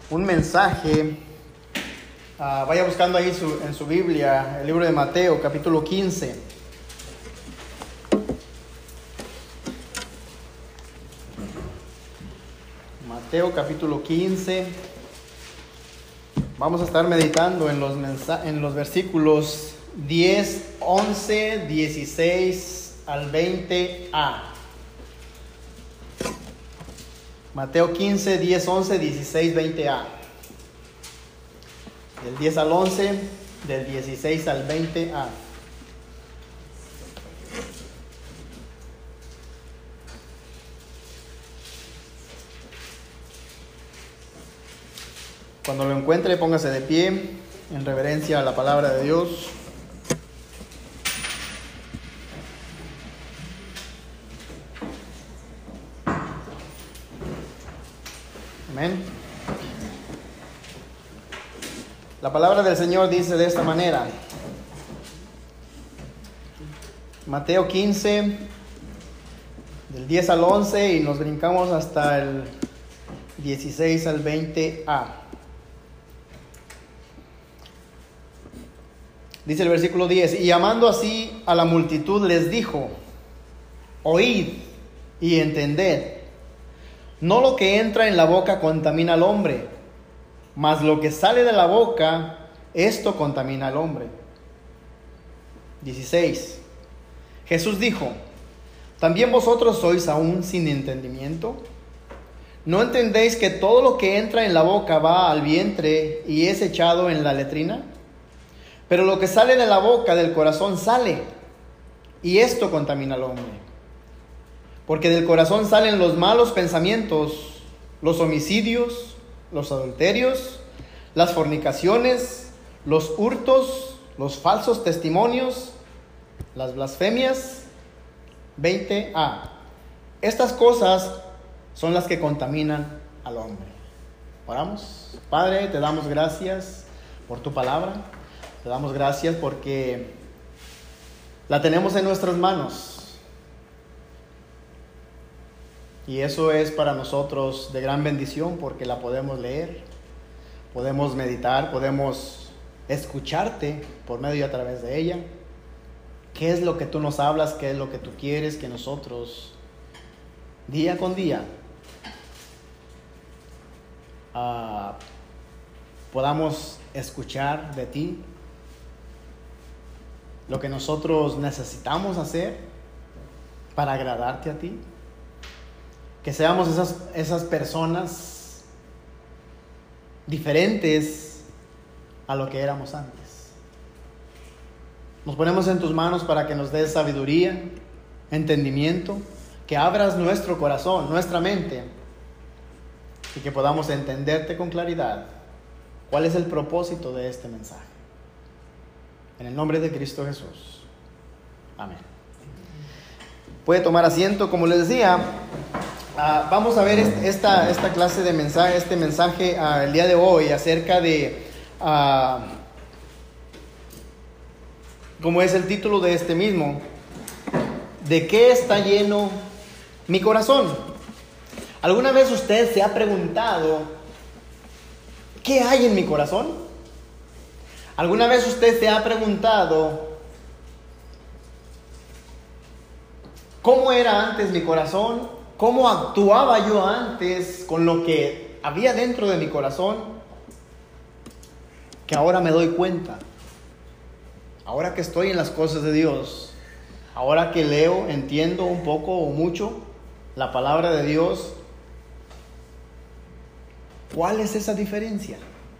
un mensaje. Vaya buscando ahí en su Biblia el libro de Mateo, capítulo 15. Mateo, capítulo 15. Vamos a estar meditando en los versículos 10, 11, 16 al 20a. Mateo 15, 10, 11, 16, 20a. Del 10 al 11, del 16 al 20a. Cuando lo encuentre, póngase de pie en reverencia a la palabra de Dios. Amén. La palabra del Señor dice de esta manera. Mateo 15, del 10 al 11, y nos brincamos hasta el 16 al 20a. Dice el versículo 10: y llamando así a la multitud les dijo: oíd y entended. No lo que entra en la boca contamina al hombre, mas lo que sale de la boca, esto contamina al hombre. 16. Jesús dijo: ¿también vosotros sois aún sin entendimiento? ¿No entendéis que todo lo que entra en la boca va al vientre y es echado en la letrina? Pero lo que sale de la boca, del corazón sale, y esto contamina al hombre. Porque del corazón salen los malos pensamientos, los homicidios, los adulterios, las fornicaciones, los hurtos, los falsos testimonios, las blasfemias. 20a. Estas cosas son las que contaminan al hombre. Oramos. Padre, te damos gracias por tu palabra. Te damos gracias porque la tenemos en nuestras manos. Y eso es para nosotros de gran bendición porque la podemos leer, podemos meditar, podemos escucharte por medio y a través de ella. ¿Qué es lo que tú nos hablas? ¿Qué es lo que tú quieres que nosotros día con día podamos escuchar de ti? Lo que nosotros necesitamos hacer para agradarte a ti. Que seamos esas personas diferentes a lo que éramos antes. Nos ponemos en tus manos para que nos des sabiduría, entendimiento, que abras nuestro corazón, nuestra mente, y que podamos entenderte con claridad cuál es el propósito de este mensaje. En el nombre de Cristo Jesús. Amén. Puede tomar asiento. Como les decía, vamos a ver esta clase de mensaje, este mensaje el día de hoy acerca de, como es el título de este mismo, ¿de qué está lleno mi corazón? ¿Alguna vez usted se ha preguntado qué hay en mi corazón? ¿Alguna vez usted se ha preguntado cómo era antes mi corazón? ¿Cómo actuaba yo antes con lo que había dentro de mi corazón? Que ahora me doy cuenta. Ahora que estoy en las cosas de Dios, ahora que leo, entiendo un poco o mucho la palabra de Dios, ¿cuál es esa diferencia?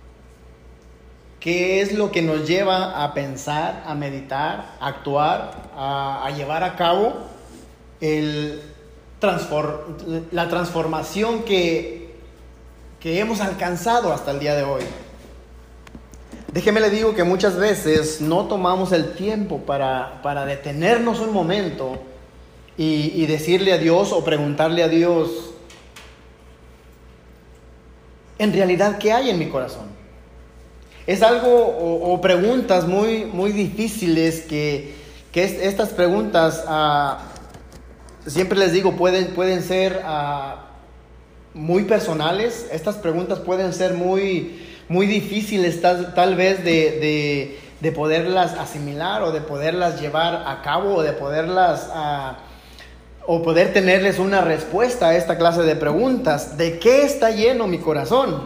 ¿Qué es lo que nos lleva a pensar, a meditar, a actuar, a llevar a cabo la transformación que hemos alcanzado hasta el día de hoy? Déjeme le digo que muchas veces no tomamos el tiempo para detenernos un momento y decirle a Dios o preguntarle a Dios, en realidad, ¿qué hay en mi corazón? Es algo o preguntas muy, muy difíciles que estas preguntas, siempre les digo, pueden ser muy personales. Estas preguntas pueden ser muy, muy difíciles tal vez de poderlas asimilar o de poderlas llevar a cabo o de poderlas o poder tenerles una respuesta a esta clase de preguntas. ¿De qué está lleno mi corazón?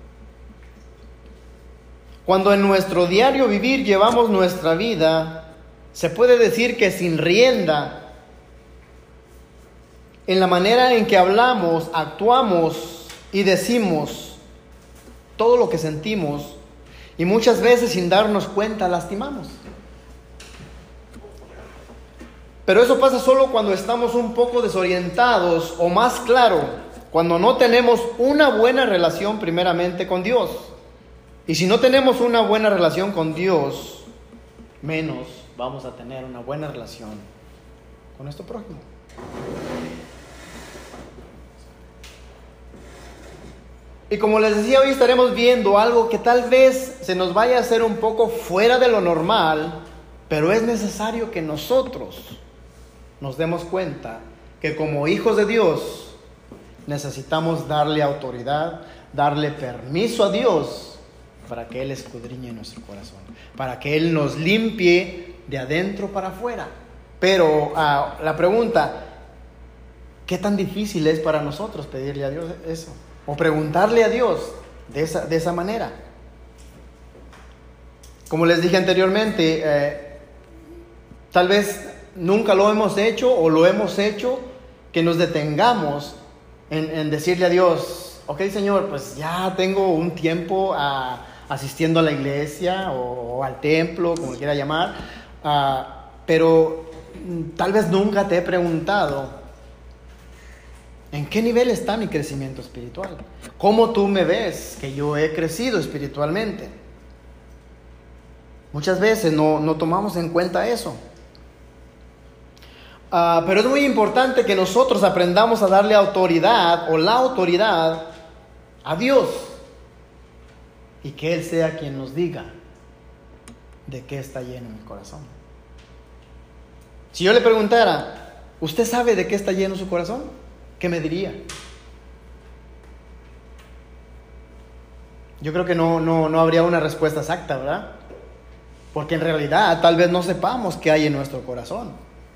Cuando en nuestro diario vivir llevamos nuestra vida, se puede decir que sin rienda, en la manera en que hablamos, actuamos y decimos todo lo que sentimos, y muchas veces sin darnos cuenta lastimamos. Pero eso pasa solo cuando estamos un poco desorientados, o más claro, cuando no tenemos una buena relación primeramente con Dios. Y si no tenemos una buena relación con Dios, menos vamos a tener una buena relación con nuestro prójimo. Y como les decía, hoy estaremos viendo algo que tal vez se nos vaya a hacer un poco fuera de lo normal, pero es necesario que nosotros nos demos cuenta que como hijos de Dios necesitamos darle autoridad, darle permiso a Dios para que Él escudriñe nuestro corazón, para que Él nos limpie de adentro para afuera. Pero la pregunta, ¿qué tan difícil es para nosotros pedirle a Dios eso? O preguntarle a Dios de esa manera. Como les dije anteriormente, tal vez nunca lo hemos hecho o lo hemos hecho que nos detengamos en decirle a Dios, ok Señor, pues ya tengo un tiempo asistiendo a la iglesia o al templo, como quiera llamar, pero tal vez nunca te he preguntado ¿en qué nivel está mi crecimiento espiritual? ¿Cómo tú me ves que yo he crecido espiritualmente? Muchas veces no tomamos en cuenta eso. Pero es muy importante que nosotros aprendamos a darle autoridad o la autoridad a Dios. Y que Él sea quien nos diga de qué está lleno mi corazón. Si yo le preguntara, ¿usted sabe de qué está lleno su corazón? ¿Qué me diría? Yo creo que no habría una respuesta exacta, ¿verdad? Porque en realidad tal vez no sepamos qué hay en nuestro corazón.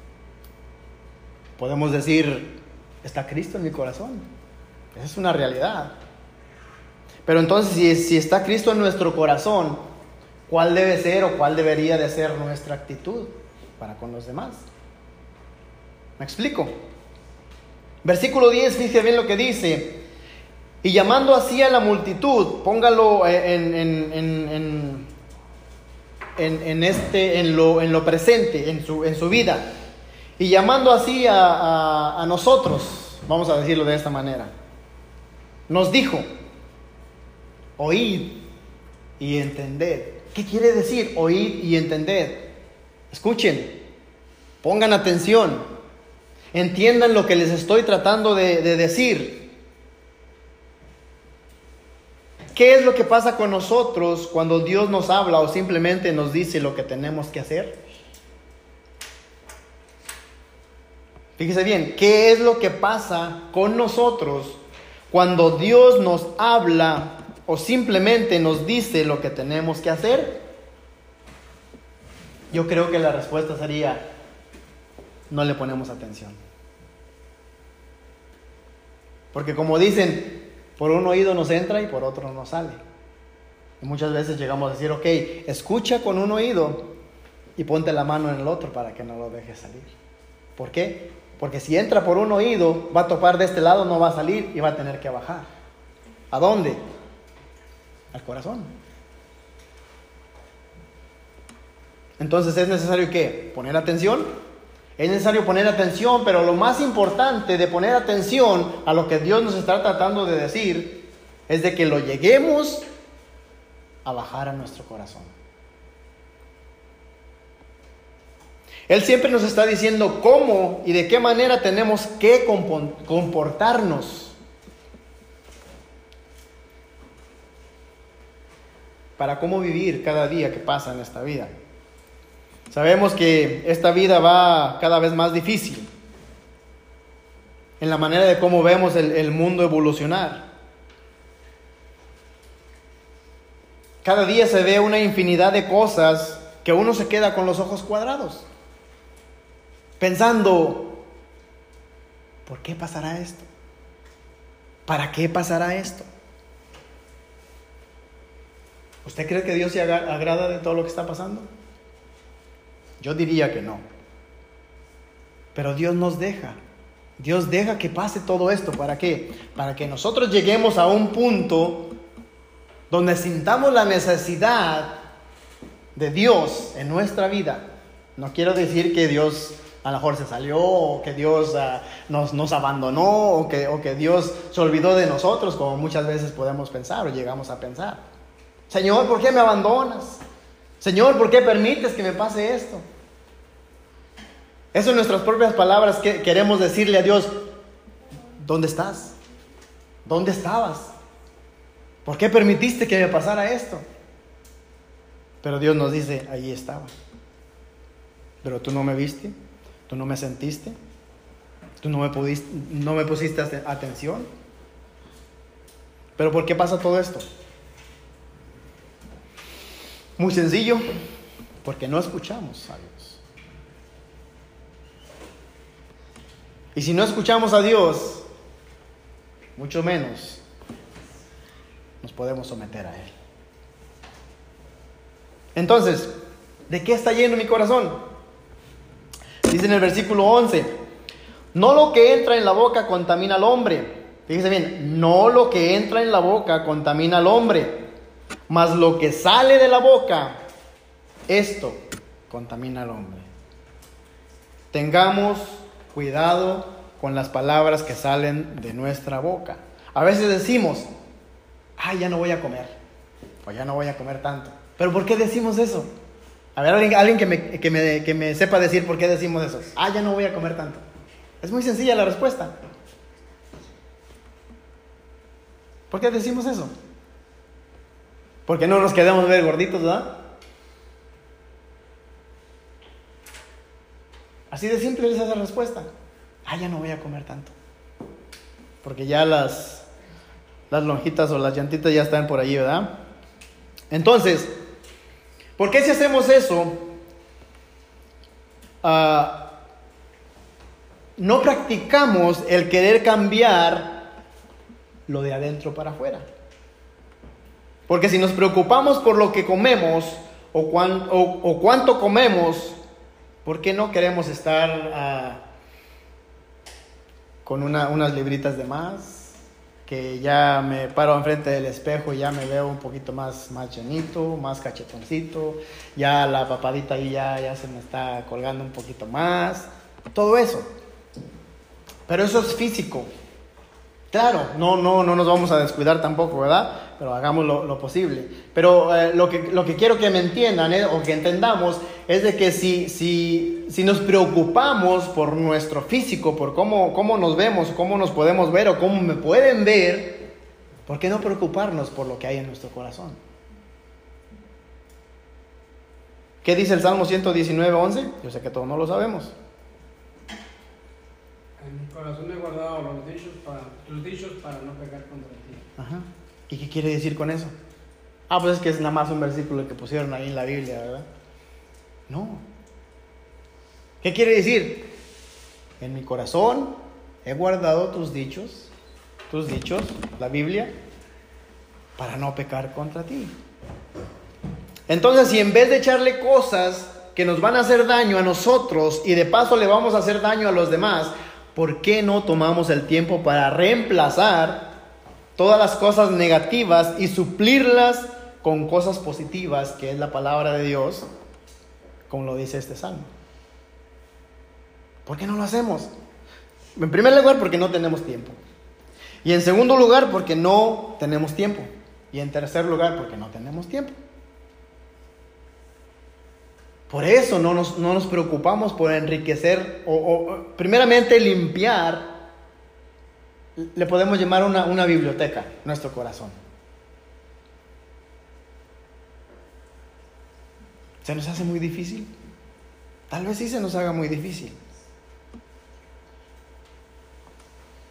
Podemos decir, ¿está Cristo en mi corazón? Esa es una realidad. Pero entonces, si está Cristo en nuestro corazón, ¿cuál debe ser o cuál debería de ser nuestra actitud para con los demás? ¿Me explico? Versículo 10, fíjese bien lo que dice. Y llamando así a la multitud, póngalo en lo presente, en su vida. Y llamando así a nosotros, vamos a decirlo de esta manera. Nos dijo, oíd y entended. ¿Qué quiere decir oíd y entended? Escuchen, pongan atención. Entiendan lo que les estoy tratando de decir. ¿Qué es lo que pasa con nosotros cuando Dios nos habla o simplemente nos dice lo que tenemos que hacer? Fíjese bien, ¿qué es lo que pasa con nosotros cuando Dios nos habla o simplemente nos dice lo que tenemos que hacer? Yo creo que la respuesta sería, no le ponemos atención. Porque como dicen, por un oído nos entra y por otro nos sale. Y muchas veces llegamos a decir, ok, escucha con un oído y ponte la mano en el otro para que no lo dejes salir. ¿Por qué? Porque si entra por un oído, va a topar de este lado, no va a salir y va a tener que bajar. ¿A dónde? Al corazón. Entonces es necesario ¿qué? Poner atención. Es necesario poner atención, pero lo más importante de poner atención a lo que Dios nos está tratando de decir es de que lo lleguemos a bajar a nuestro corazón. Él siempre nos está diciendo cómo y de qué manera tenemos que comportarnos para cómo vivir cada día que pasa en esta vida. Sabemos que esta vida va cada vez más difícil. en la manera de cómo vemos el mundo evolucionar. Cada día se ve una infinidad de cosas que uno se queda con los ojos cuadrados, pensando, ¿por qué pasará esto? ¿Para qué pasará esto? ¿Usted cree que Dios se agrada de todo lo que está pasando? Yo diría que no. Pero Dios nos deja. Dios deja que pase todo esto. ¿Para qué? Para que nosotros lleguemos a un punto donde sintamos la necesidad de Dios en nuestra vida. No quiero decir que Dios a lo mejor se salió, o que Dios nos abandonó, o que Dios se olvidó de nosotros, como muchas veces podemos pensar o llegamos a pensar. Señor, ¿por qué me abandonas? Señor, ¿por qué permites que me pase esto? Eso en nuestras propias palabras que queremos decirle a Dios, ¿dónde estás? ¿Dónde estabas? ¿Por qué permitiste que me pasara esto? Pero Dios nos dice, ahí estaba. Pero tú no me viste, tú no me sentiste, tú no me pusiste atención. ¿Pero por qué pasa todo esto? Muy sencillo, porque no escuchamos a Dios. Y si no escuchamos a Dios, mucho menos nos podemos someter a Él. Entonces, ¿de qué está lleno mi corazón? Dice en el versículo 11, no lo que entra en la boca contamina al hombre. Fíjese bien, no lo que entra en la boca contamina al hombre, mas lo que sale de la boca, esto contamina al hombre. Tengamos cuidado con las palabras que salen de nuestra boca. A veces decimos, ya no voy a comer, o ya no voy a comer tanto. ¿Pero por qué decimos eso? A ver, alguien que me sepa decir por qué decimos eso. Ya no voy a comer tanto. Es muy sencilla la respuesta. ¿Por qué decimos eso? Porque no nos queremos ver gorditos, ¿verdad? Así de simple es esa respuesta. Ya no voy a comer tanto. Porque ya las lonjitas o las llantitas ya están por allí, ¿verdad? Entonces, ¿por qué si hacemos eso, no practicamos el querer cambiar lo de adentro para afuera? Porque si nos preocupamos por lo que comemos o cuánto comemos, ¿por qué no queremos estar con unas libritas de más? Que ya me paro enfrente del espejo y ya me veo un poquito más llenito, más cachetoncito, ya la papadita ahí ya se me está colgando un poquito más, todo eso. Pero eso es físico. Claro, no nos vamos a descuidar tampoco, ¿verdad? Pero hagamos lo posible. Pero lo que quiero que me entiendan, o que entendamos, es de que si nos preocupamos por nuestro físico, por cómo nos vemos, cómo nos podemos ver o cómo me pueden ver, ¿por qué no preocuparnos por lo que hay en nuestro corazón? ¿Qué dice el Salmo 119:11? Yo sé que todos no lo sabemos. En mi corazón he guardado tus dichos para no pecar contra ti. Ajá. ¿Y qué quiere decir con eso? Pues es que es nada más un versículo que pusieron ahí en la Biblia, ¿verdad? No. ¿Qué quiere decir? En mi corazón he guardado tus dichos, la Biblia, para no pecar contra ti. Entonces, si en vez de echarle cosas que nos van a hacer daño a nosotros y de paso le vamos a hacer daño a los demás, ¿por qué no tomamos el tiempo para reemplazar todas las cosas negativas y suplirlas con cosas positivas, que es la palabra de Dios, como lo dice este salmo? ¿Por qué no lo hacemos? En primer lugar, porque no tenemos tiempo. Y en segundo lugar, porque no tenemos tiempo. Y en tercer lugar, porque no tenemos tiempo. Por eso no nos preocupamos por enriquecer o primeramente limpiar. Le podemos llamar una biblioteca, nuestro corazón. ¿Se nos hace muy difícil? Tal vez sí se nos haga muy difícil.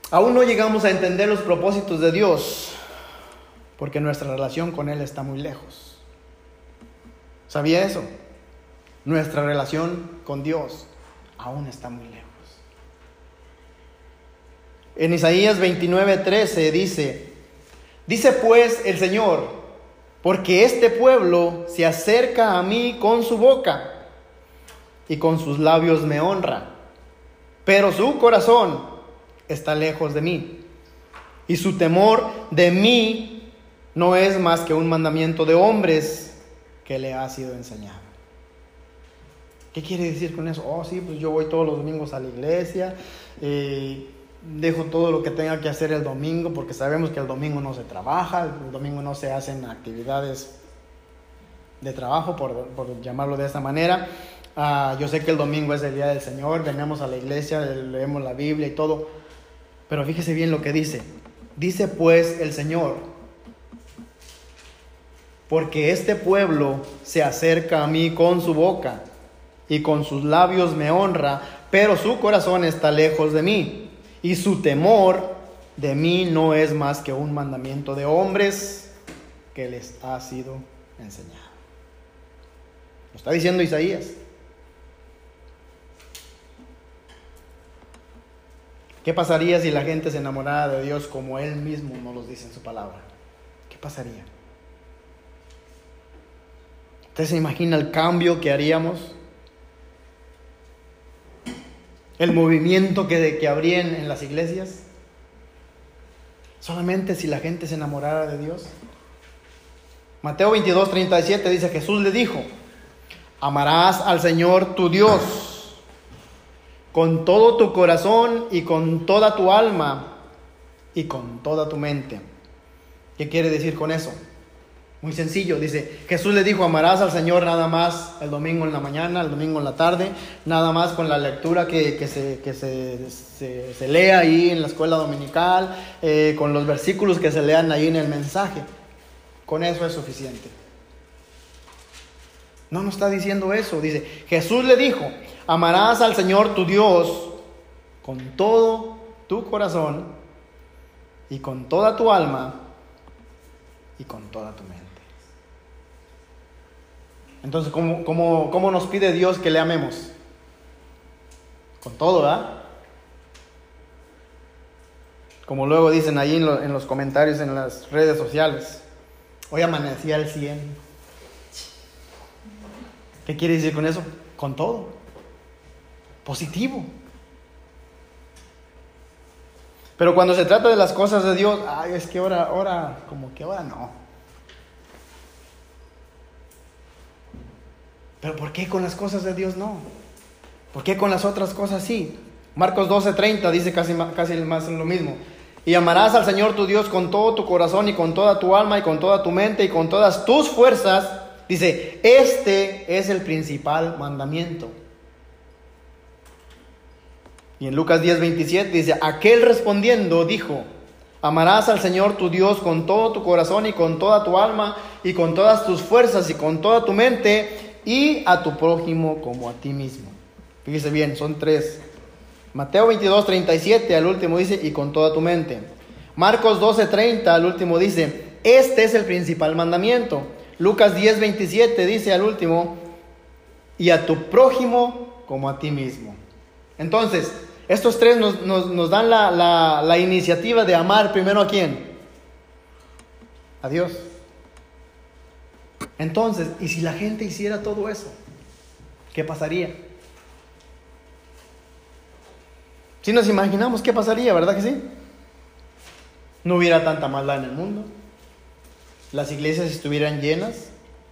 Aún no llegamos a entender los propósitos de Dios porque nuestra relación con Él está muy lejos. ¿Sabía eso? Nuestra relación con Dios aún está muy lejos. En Isaías 29:13 dice pues el Señor, porque este pueblo se acerca a mí con su boca y con sus labios me honra, pero su corazón está lejos de mí, y su temor de mí no es más que un mandamiento de hombres que le ha sido enseñado. ¿Qué quiere decir con eso? Oh, sí, pues yo voy todos los domingos a la iglesia, dejo todo lo que tenga que hacer el domingo, porque sabemos que el domingo no se trabaja, el domingo no se hacen actividades de trabajo, por llamarlo de esta manera. Yo sé que el domingo es el día del Señor, venimos a la iglesia, leemos la Biblia y todo, pero fíjese bien lo que dice. Dice pues el Señor, porque este pueblo se acerca a mí con su boca y con sus labios me honra, pero su corazón está lejos de mí, y su temor de mí no es más que un mandamiento de hombres que les ha sido enseñado. Lo está diciendo Isaías. ¿Qué pasaría si la gente se enamorara de Dios como Él mismo nos lo dice en su palabra? ¿Qué pasaría? ¿Usted se imagina el cambio que haríamos? El movimiento que habría en las iglesias. Solamente si la gente se enamorara de Dios. Mateo 22:37 dice, Jesús le dijo, amarás al Señor tu Dios con todo tu corazón y con toda tu alma y con toda tu mente. ¿Qué quiere decir con eso? Muy sencillo, dice, Jesús le dijo, amarás al Señor nada más el domingo en la mañana, el domingo en la tarde, nada más con la lectura que se lea ahí en la escuela dominical, con los versículos que se lean ahí en el mensaje. Con eso es suficiente. No nos está diciendo eso, dice, Jesús le dijo, amarás al Señor tu Dios con todo tu corazón y con toda tu alma y con toda tu mente. Entonces, ¿cómo nos pide Dios que le amemos? Con todo, ¿verdad? Como luego dicen ahí en los comentarios en las redes sociales. Hoy amanecí al 100. ¿Qué quiere decir con eso? Con todo. Positivo. Pero cuando se trata de las cosas de Dios, es que ahora no. Pero ¿por qué con las cosas de Dios no? ¿Por qué con las otras cosas sí? Marcos 12:30 dice casi más lo mismo. Y amarás al Señor tu Dios con todo tu corazón y con toda tu alma y con toda tu mente y con todas tus fuerzas. Dice, este es el principal mandamiento. Y en Lucas 10:27 dice, aquel respondiendo dijo, amarás al Señor tu Dios con todo tu corazón y con toda tu alma y con todas tus fuerzas y con toda tu mente y a tu prójimo como a ti mismo. Fíjese bien, son tres. Mateo 22:37 al último dice, y con toda tu mente. Marcos 12:30 al último dice, este es el principal mandamiento. Lucas 10:27 dice al último, y a tu prójimo como a ti mismo. Entonces, estos tres nos dan la iniciativa de amar primero ¿a quién? A Dios. Entonces, ¿y si la gente hiciera todo eso? ¿Qué pasaría? Si nos imaginamos qué pasaría, ¿verdad que sí? No hubiera tanta maldad en el mundo. Las iglesias estuvieran llenas.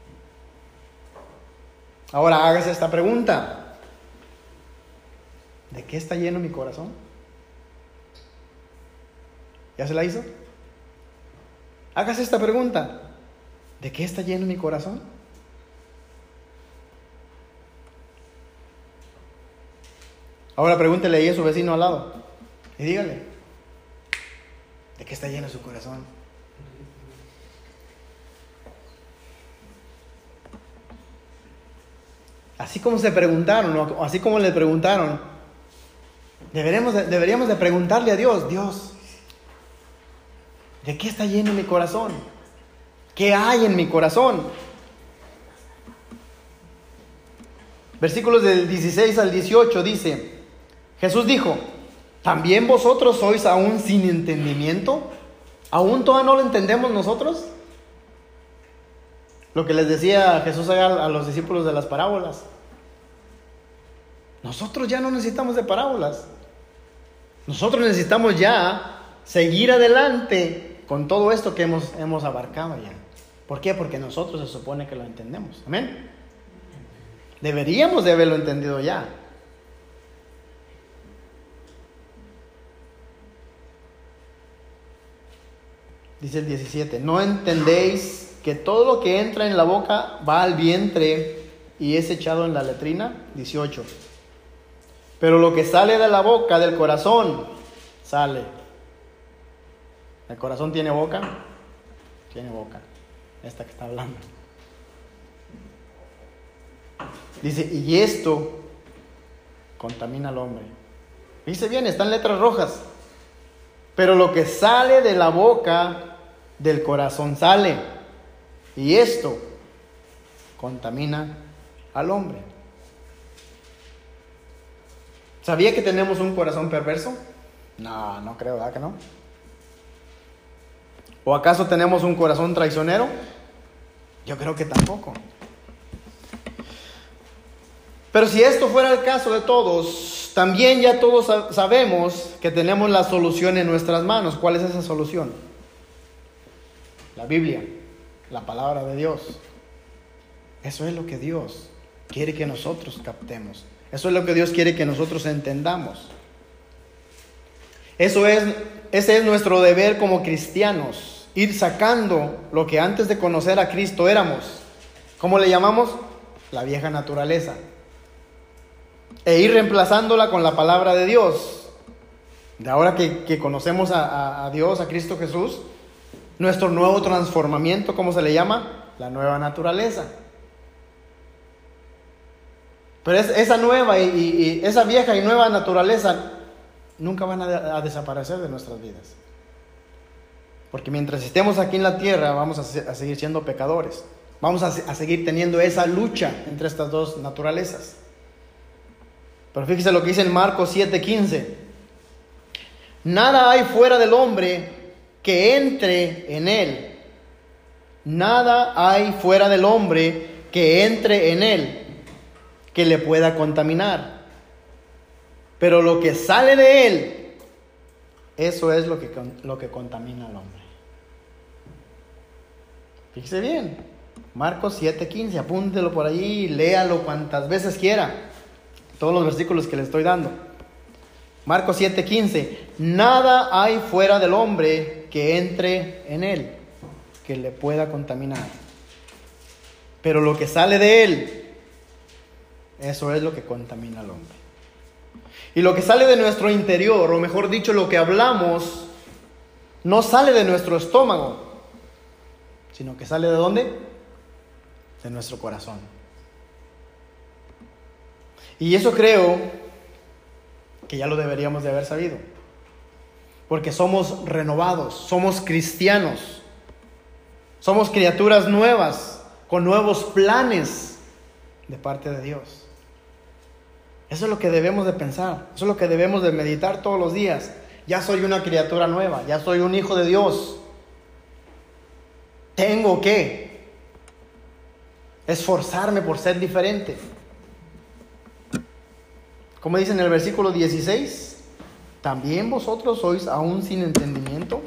Ahora hágase esta pregunta. ¿De qué está lleno mi corazón? ¿Ya se la hizo? Hágase esta pregunta. ¿De qué está lleno mi corazón? Ahora pregúntele ahí a su vecino al lado y dígale, ¿de qué está lleno su corazón? Así como se preguntaron, o así como le preguntaron, Deberíamos de preguntarle a Dios, Dios, ¿de qué está lleno mi corazón? ¿Qué hay en mi corazón? Versículos del 16 al 18 dice, Jesús dijo, ¿también vosotros sois aún sin entendimiento? ¿Aún todavía no lo entendemos nosotros? Lo que les decía Jesús a los discípulos de las parábolas. Nosotros ya no necesitamos de parábolas. Nosotros necesitamos ya seguir adelante con todo esto que hemos abarcado ya. ¿Por qué? Porque nosotros se supone que lo entendemos. Amén. Deberíamos de haberlo entendido ya. Dice el 17, ¿no entendéis que todo lo que entra en la boca va al vientre y es echado en la letrina? 18. Pero lo que sale de la boca, del corazón, sale. ¿El corazón tiene boca? Tiene boca. Esta que está hablando. Dice, y esto contamina al hombre. Dice bien, está en letras rojas. Pero lo que sale de la boca, del corazón sale. Y esto contamina al hombre. ¿Sabía que tenemos un corazón perverso? No creo, ¿verdad que no? ¿O acaso tenemos un corazón traicionero? Yo creo que tampoco. Pero si esto fuera el caso de todos, también ya todos sabemos que tenemos la solución en nuestras manos. ¿Cuál es esa solución? La Biblia, la palabra de Dios. Eso es lo que Dios quiere que nosotros captemos. Eso es lo que Dios quiere que nosotros entendamos. Ese es nuestro deber como cristianos, ir sacando lo que antes de conocer a Cristo éramos. ¿Cómo le llamamos? La vieja naturaleza. E ir reemplazándola con la palabra de Dios. De ahora que conocemos a Dios, a Cristo Jesús, nuestro nuevo transformamiento, ¿cómo se le llama? La nueva naturaleza. Pero esa nueva y esa vieja y nueva naturaleza nunca van a desaparecer de nuestras vidas. Porque mientras estemos aquí en la tierra vamos a seguir siendo pecadores. Vamos a seguir teniendo esa lucha entre estas dos naturalezas. Pero fíjese lo que dice en Marcos 7:15. Nada hay fuera del hombre que entre en él. Nada hay fuera del hombre que entre en él, que le pueda contaminar. Pero lo que sale de él, eso es lo que contamina al hombre. Fíjese bien, Marcos 7:15, apúntelo por allí, léalo cuantas veces quiera, todos los versículos que le estoy dando. Marcos 7:15, nada hay fuera del hombre que entre en él, que le pueda contaminar. Pero lo que sale de él, eso es lo que contamina al hombre. Y lo que sale de nuestro interior, o mejor dicho, lo que hablamos, no sale de nuestro estómago, sino que sale ¿de dónde? De nuestro corazón. Y eso creo que ya lo deberíamos de haber sabido. Porque somos renovados, somos cristianos, somos criaturas nuevas, con nuevos planes de parte de Dios. Eso es lo que debemos de pensar, eso es lo que debemos de meditar todos los días. Ya soy una criatura nueva, ya soy un hijo de Dios. Tengo que esforzarme por ser diferente. Como dice en el versículo 16, ¿también vosotros sois aún sin entendimiento?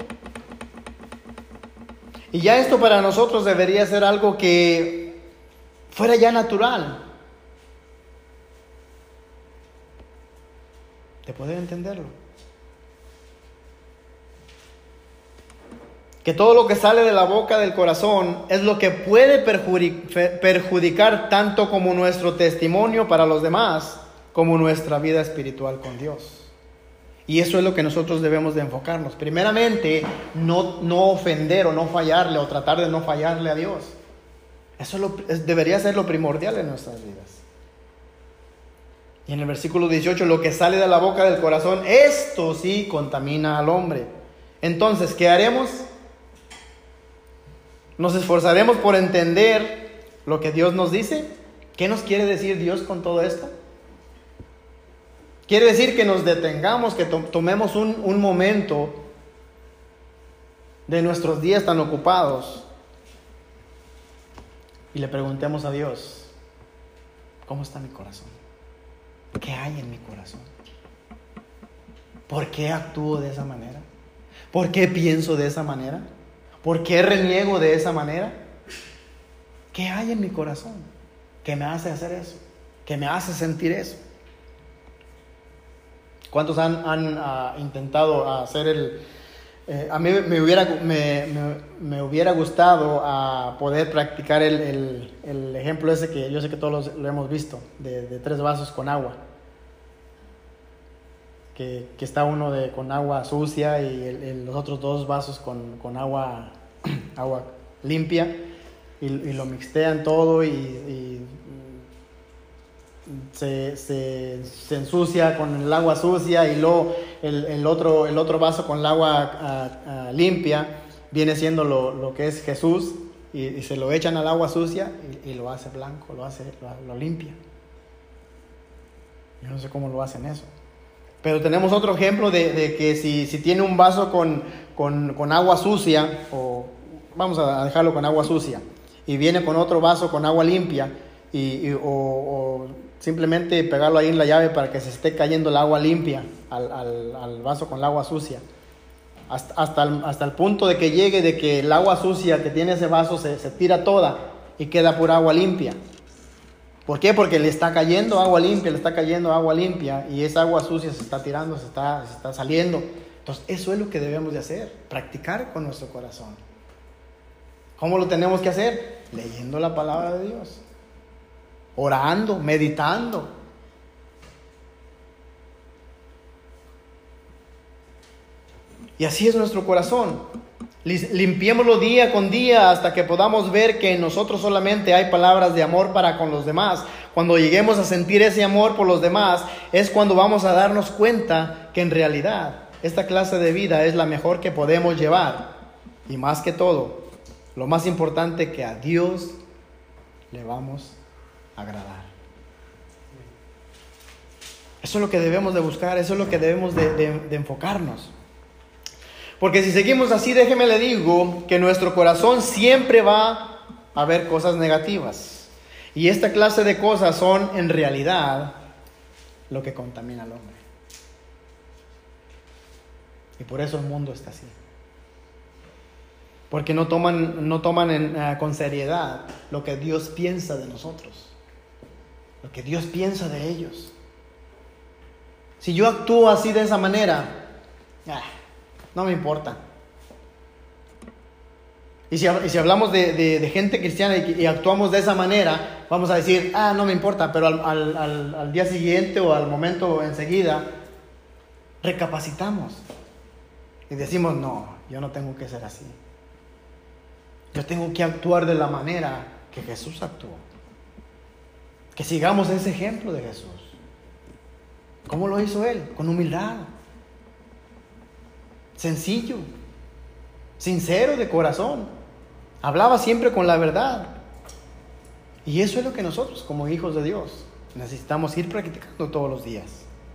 Y ya esto para nosotros debería ser algo que fuera ya natural, de poder entenderlo. Que todo lo que sale de la boca del corazón es lo que puede perjudicar tanto como nuestro testimonio para los demás, como nuestra vida espiritual con Dios. Y eso es lo que nosotros debemos de enfocarnos. Primeramente, no ofender o no fallarle o tratar de no fallarle a Dios. Eso debería ser lo primordial en nuestras vidas. Y en el versículo 18, lo que sale de la boca del corazón, esto sí contamina al hombre. Entonces, ¿qué haremos? ¿Nos esforzaremos por entender lo que Dios nos dice? ¿Qué nos quiere decir Dios con todo esto? Quiere decir que nos detengamos, que tomemos un momento de nuestros días tan ocupados y le preguntemos a Dios, ¿cómo está mi corazón? ¿Qué hay en mi corazón? ¿Por qué actúo de esa manera? ¿Por qué pienso de esa manera? ¿Por qué reniego de esa manera? ¿Qué hay en mi corazón que me hace hacer eso? ¿Que me hace sentir eso? ¿Cuántos han intentado hacer a mí me hubiera gustado poder practicar el ejemplo ese que yo sé que todos lo hemos visto, de 3 vasos con agua. Que está uno con agua sucia y los otros 2 vasos con agua limpia y lo mixtean todo y se ensucia con el agua sucia y luego el otro vaso con el agua limpia viene siendo lo que es Jesús y se lo echan al agua sucia y lo hace blanco, lo limpia. Yo no sé cómo lo hacen eso. Pero tenemos otro ejemplo de que si tiene un vaso con agua sucia, o vamos a dejarlo con agua sucia, y viene con otro vaso con agua limpia, o simplemente pegarlo ahí en la llave para que se esté cayendo el agua limpia al vaso con el agua sucia, hasta el punto de que llegue de que el agua sucia que tiene ese vaso se tira toda y queda pura agua limpia. ¿Por qué? Porque le está cayendo agua limpia y esa agua sucia se está tirando, se está saliendo. Entonces eso es lo que debemos de hacer, practicar con nuestro corazón. ¿Cómo lo tenemos que hacer? Leyendo la palabra de Dios, orando, meditando. Y así es nuestro corazón. Limpiémoslo día con día hasta que podamos ver que en nosotros solamente hay palabras de amor para con los demás. Cuando lleguemos a sentir ese amor por los demás, es cuando vamos a darnos cuenta que en realidad esta clase de vida es la mejor que podemos llevar. Y más que todo, lo más importante, que a Dios le vamos a agradar. Eso es lo que debemos de buscar, eso es lo que debemos de enfocarnos. Porque si seguimos así, déjeme le digo que nuestro corazón siempre va a ver cosas negativas. Y esta clase de cosas son en realidad lo que contamina al hombre. Y por eso el mundo está así. Porque no toman con seriedad lo que Dios piensa de nosotros. Lo que Dios piensa de ellos. Si yo actúo así de esa manera, no me importa. Y si hablamos de gente cristiana y actuamos de esa manera, vamos a decir, no me importa, pero al día siguiente o al momento enseguida, recapacitamos. Y decimos, no, yo no tengo que ser así. Yo tengo que actuar de la manera que Jesús actuó. Que sigamos ese ejemplo de Jesús. ¿Cómo lo hizo Él? Con humildad. Sencillo, sincero de corazón, hablaba siempre con la verdad. Y eso es lo que nosotros como hijos de Dios necesitamos ir practicando todos los días.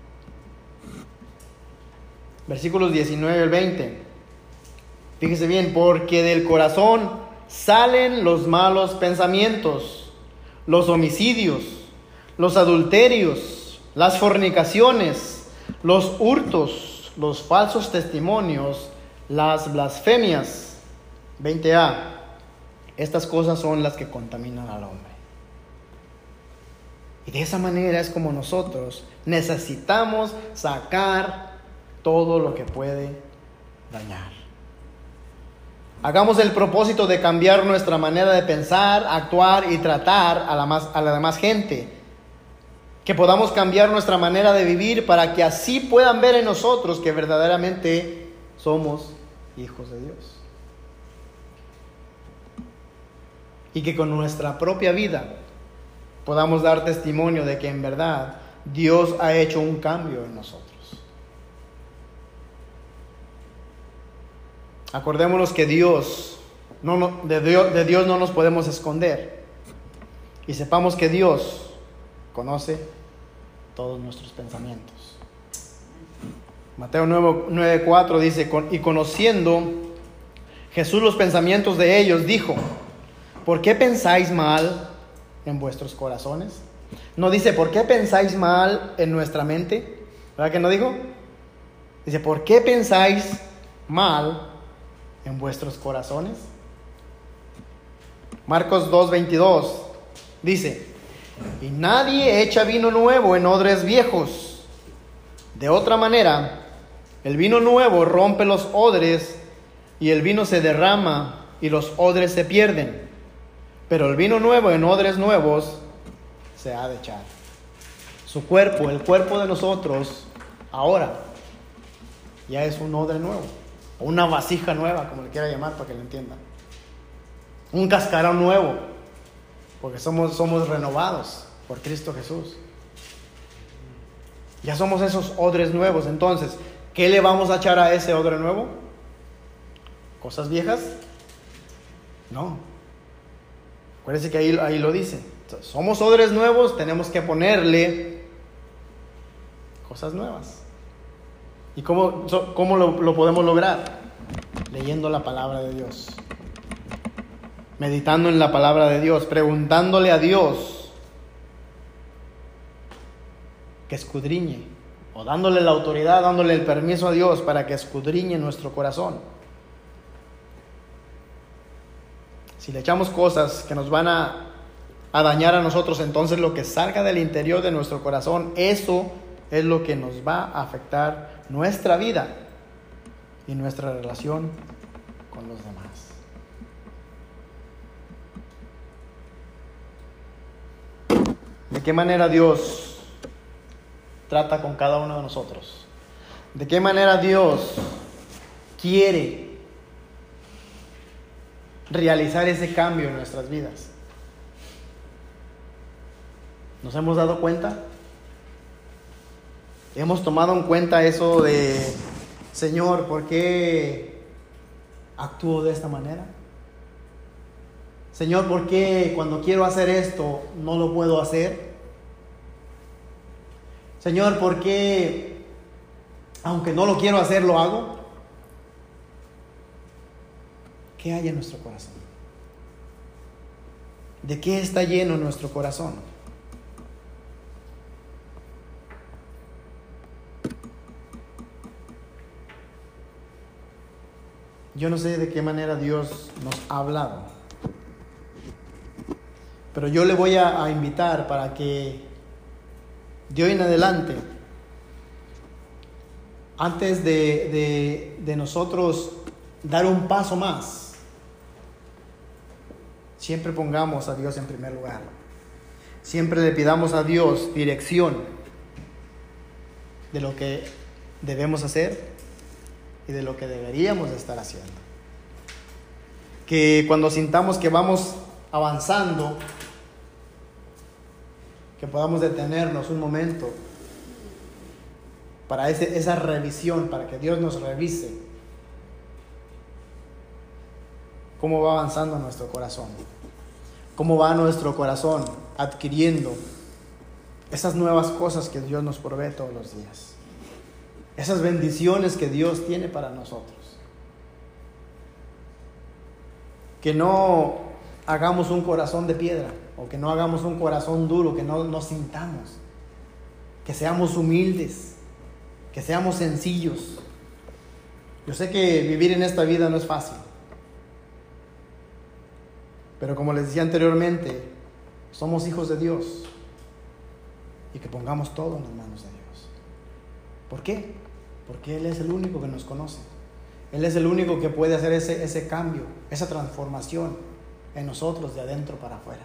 Versículos 19 al 20. Fíjese bien, porque del corazón salen los malos pensamientos, los homicidios, los adulterios, las fornicaciones, los hurtos, los falsos testimonios, las blasfemias. 20a. Estas cosas son las que contaminan al hombre. Y de esa manera es como nosotros necesitamos sacar todo lo que puede dañar. Hagamos el propósito de cambiar nuestra manera de pensar, actuar y tratar a la demás gente. Que podamos cambiar nuestra manera de vivir para que así puedan ver en nosotros que verdaderamente somos hijos de Dios. Y que con nuestra propia vida podamos dar testimonio de que en verdad Dios ha hecho un cambio en nosotros. Acordémonos que de Dios no nos podemos esconder. Y sepamos que Dios conoce todos nuestros pensamientos. Mateo 9:4 dice: y conociendo Jesús los pensamientos de ellos, dijo: ¿por qué pensáis mal en vuestros corazones? No dice: ¿por qué pensáis mal en nuestra mente? ¿Verdad que no dijo? Dice: ¿por qué pensáis mal en vuestros corazones? Marcos 2:22 dice: y nadie echa vino nuevo en odres viejos. De otra manera, el vino nuevo rompe los odres y el vino se derrama y los odres se pierden. Pero el vino nuevo en odres nuevos se ha de echar. Su cuerpo, el cuerpo de nosotros, ahora ya es un odre nuevo, o una vasija nueva, como le quiera llamar para que lo entiendan. Un cascarón nuevo, porque somos renovados por Cristo Jesús. Ya somos esos odres nuevos. Entonces, ¿qué le vamos a echar a ese odre nuevo? ¿Cosas viejas? No. Acuérdense que ahí lo dice. Entonces, somos odres nuevos, tenemos que ponerle cosas nuevas. ¿Y cómo lo podemos lograr? Leyendo la palabra de Dios, meditando en la palabra de Dios, preguntándole a Dios que escudriñe, o dándole la autoridad, dándole el permiso a Dios para que escudriñe nuestro corazón. Si le echamos cosas que nos van a dañar a nosotros, entonces lo que salga del interior de nuestro corazón, eso es lo que nos va a afectar nuestra vida y nuestra relación con los demás. ¿De qué manera Dios trata con cada uno de nosotros? ¿De qué manera Dios quiere realizar ese cambio en nuestras vidas? ¿Nos hemos dado cuenta? ¿Hemos tomado en cuenta eso de: Señor, ¿por qué actúo de esta manera? Señor, ¿por qué cuando quiero hacer esto no lo puedo hacer? Señor, ¿por qué aunque no lo quiero hacer lo hago? ¿Qué hay en nuestro corazón? ¿De qué está lleno nuestro corazón? Yo no sé de qué manera Dios nos ha hablado, pero yo le voy a invitar para que de hoy en adelante, antes de nosotros dar un paso más, siempre pongamos a Dios en primer lugar. Siempre le pidamos a Dios dirección de lo que debemos hacer y de lo que deberíamos estar haciendo. Que cuando sintamos que vamos avanzando, que podamos detenernos un momento para esa revisión, para que Dios nos revise cómo va avanzando nuestro corazón, cómo va nuestro corazón adquiriendo esas nuevas cosas que Dios nos provee todos los días, esas bendiciones que Dios tiene para nosotros. Que no hagamos un corazón de piedra, o que no hagamos un corazón duro, que no nos sintamos, que seamos humildes, que seamos sencillos. Yo sé que vivir en esta vida no es fácil, pero como les decía anteriormente, somos hijos de Dios, y que pongamos todo en las manos de Dios. ¿Por qué? Porque Él es el único que nos conoce. Él es el único que puede hacer ese cambio, esa transformación en nosotros de adentro para afuera.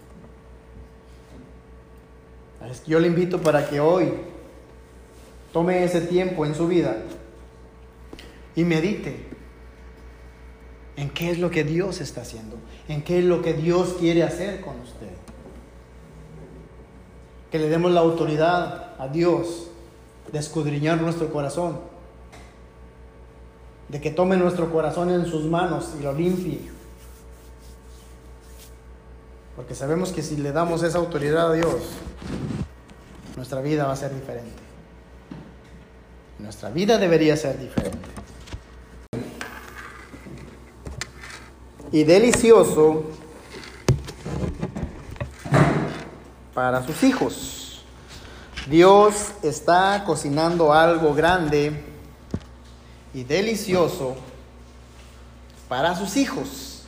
Yo le invito para que hoy tome ese tiempo en su vida y medite en qué es lo que Dios está haciendo, en qué es lo que Dios quiere hacer con usted. que le demos la autoridad a Dios de escudriñar nuestro corazón, de que tome nuestro corazón en sus manos y lo limpie. Porque sabemos que si le damos esa autoridad a Dios, nuestra vida va a ser diferente. Nuestra vida debería ser diferente. Y delicioso para sus hijos. Dios está cocinando algo grande y delicioso para sus hijos.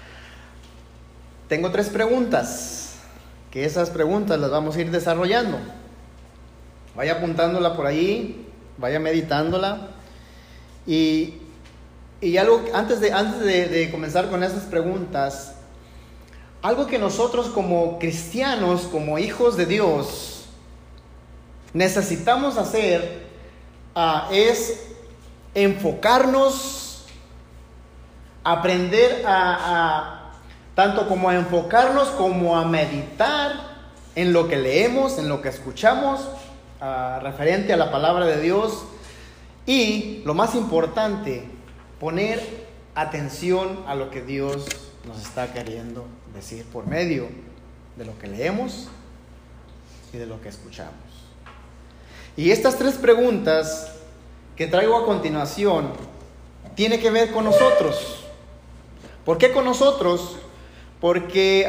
Tengo 3 preguntas, que esas preguntas las vamos a ir desarrollando. Vaya apuntándola por ahí, vaya meditándola. Y algo, antes de comenzar con esas preguntas, algo que nosotros como cristianos, como hijos de Dios, necesitamos hacer es enfocarnos, aprender tanto como a enfocarnos como a meditar en lo que leemos, en lo que escuchamos, referente a la palabra de Dios. Y lo más importante, poner atención a lo que Dios nos está queriendo decir por medio de lo que leemos y de lo que escuchamos. Y estas 3 preguntas que traigo a continuación tienen que ver con nosotros. ¿Por qué con nosotros? Porque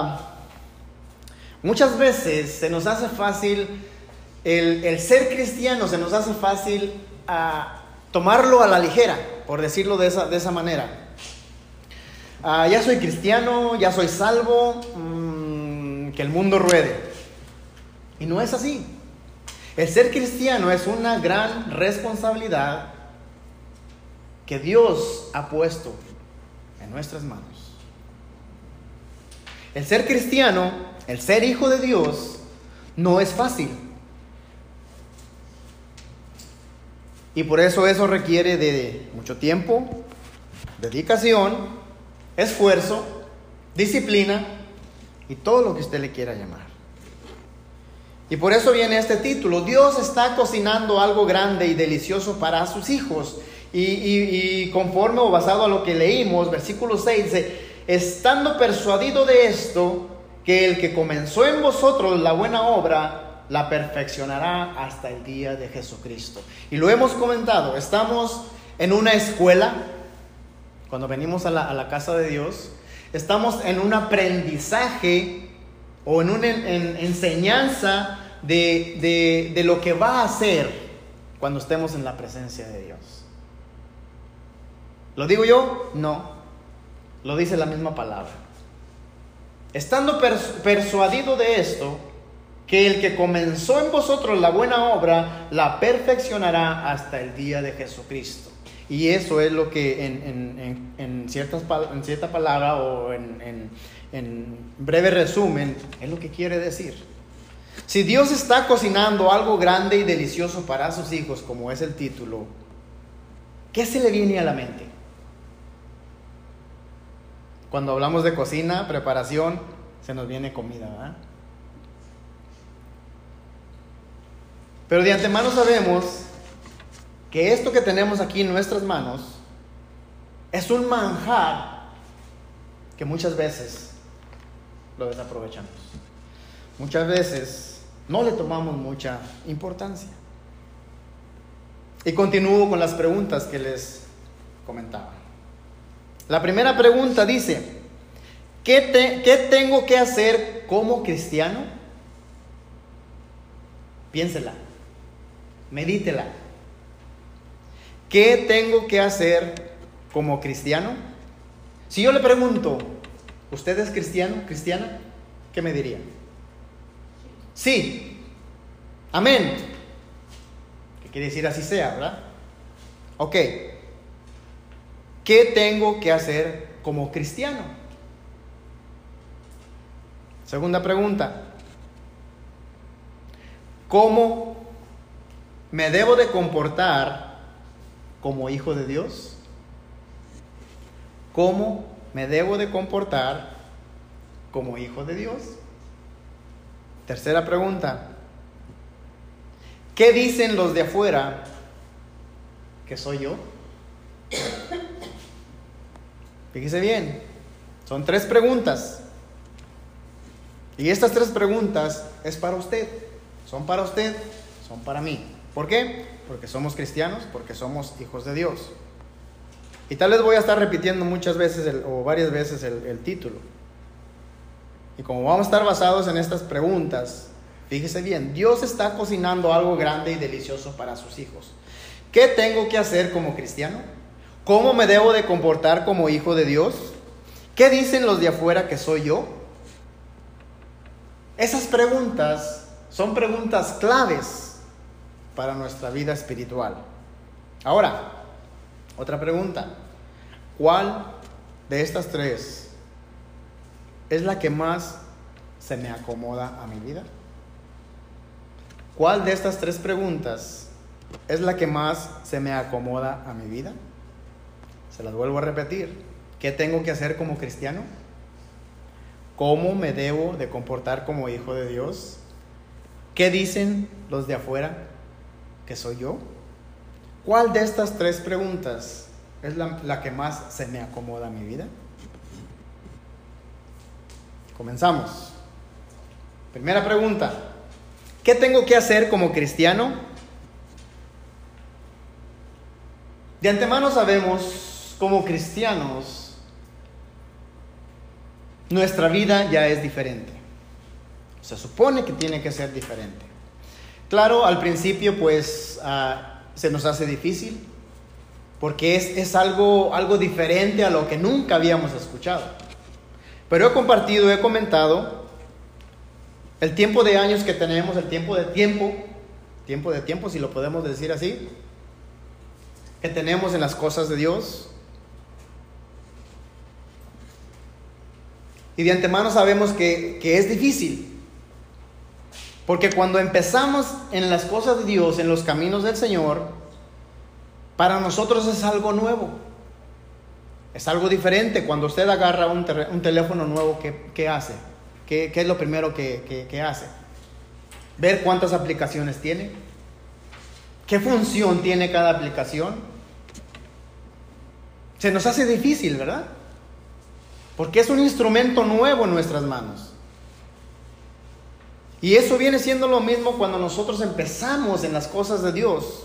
muchas veces se nos hace fácil el ser cristiano, se nos hace fácil tomarlo a la ligera, por decirlo de esa manera. Ya soy cristiano, ya soy salvo, que el mundo ruede. Y no es así. El ser cristiano es una gran responsabilidad que Dios ha puesto en nuestras manos. El ser cristiano, el ser hijo de Dios, no es fácil. Y por eso requiere de mucho tiempo, dedicación, esfuerzo, disciplina y todo lo que usted le quiera llamar. Y por eso viene este título: Dios está cocinando algo grande y delicioso para sus hijos. Y conforme o basado a lo que leímos, versículo 6 dice: estando persuadido de esto, que el que comenzó en vosotros la buena obra, la perfeccionará hasta el día de Jesucristo. Y lo hemos comentado, estamos en una escuela. Cuando venimos a la casa de Dios, estamos en un aprendizaje o en una enseñanza de lo que va a hacer cuando estemos en la presencia de Dios. ¿Lo digo yo? No, lo dice la misma palabra. Estando persuadido de esto, que el que comenzó en vosotros la buena obra, la perfeccionará hasta el día de Jesucristo. Y eso es lo que en cierta palabra o en breve resumen, es lo que quiere decir. Si Dios está cocinando algo grande y delicioso para sus hijos, como es el título, ¿qué se le viene a la mente? Cuando hablamos de cocina, preparación, se nos viene comida, ¿verdad? Pero de antemano sabemos que esto que tenemos aquí en nuestras manos es un manjar que muchas veces lo desaprovechamos. Muchas veces no le tomamos mucha importancia. Y continúo con las preguntas que les comentaba. La primera pregunta dice: ¿qué tengo que hacer como cristiano? Piénsela, medítela. ¿Qué tengo que hacer como cristiano? Si yo le pregunto, ¿usted es cristiano, cristiana? ¿Qué me diría? Sí. Amén. ¿Qué quiere decir así sea, verdad? Ok. ¿Qué tengo que hacer como cristiano? Segunda pregunta: ¿cómo me debo de comportar como hijo de Dios? ¿Cómo me debo de comportar como hijo de Dios? Tercera pregunta. ¿Qué dicen los de afuera que soy yo? Fíjese bien, son 3 preguntas. Y estas 3 preguntas es para usted. Son para usted, son para mí. ¿Por qué? Porque somos cristianos, porque somos hijos de Dios. Y tal vez voy a estar repitiendo muchas veces o varias veces el título. Y como vamos a estar basados en estas preguntas, fíjese bien, Dios está cocinando algo grande y delicioso para sus hijos. ¿Qué tengo que hacer como cristiano? ¿Cómo me debo de comportar como hijo de Dios? ¿Qué dicen los de afuera que soy yo? Esas preguntas son preguntas claves para nuestra vida espiritual. Ahora, otra pregunta. ¿Cuál de estas 3 es la que más se me acomoda a mi vida? ¿Cuál de estas 3 preguntas es la que más se me acomoda a mi vida? Se las vuelvo a repetir. ¿Qué tengo que hacer como cristiano? ¿Cómo me debo de comportar como hijo de Dios? ¿Qué dicen los de afuera que soy yo? ¿Cuál de estas 3 preguntas es la que más se me acomoda a mi vida? Comenzamos. Primera pregunta. ¿Qué tengo que hacer como cristiano? De antemano sabemos, como cristianos, nuestra vida ya es diferente. Se supone que tiene que ser diferente. Claro, al principio pues se nos hace difícil, porque es algo diferente a lo que nunca habíamos escuchado. Pero he comentado el tiempo de años que tenemos, el tiempo de tiempo, si lo podemos decir así, que tenemos en las cosas de Dios. Y de antemano sabemos que es difícil, porque cuando empezamos en las cosas de Dios, en los caminos del Señor, para nosotros es algo nuevo, es algo diferente. Cuando usted agarra un teléfono nuevo, ¿qué hace? ¿Qué es lo primero que hace? Ver cuántas aplicaciones tiene, qué función tiene cada aplicación. Se nos hace difícil, ¿verdad? Porque es un instrumento nuevo en nuestras manos. Y eso viene siendo lo mismo cuando nosotros empezamos en las cosas de Dios.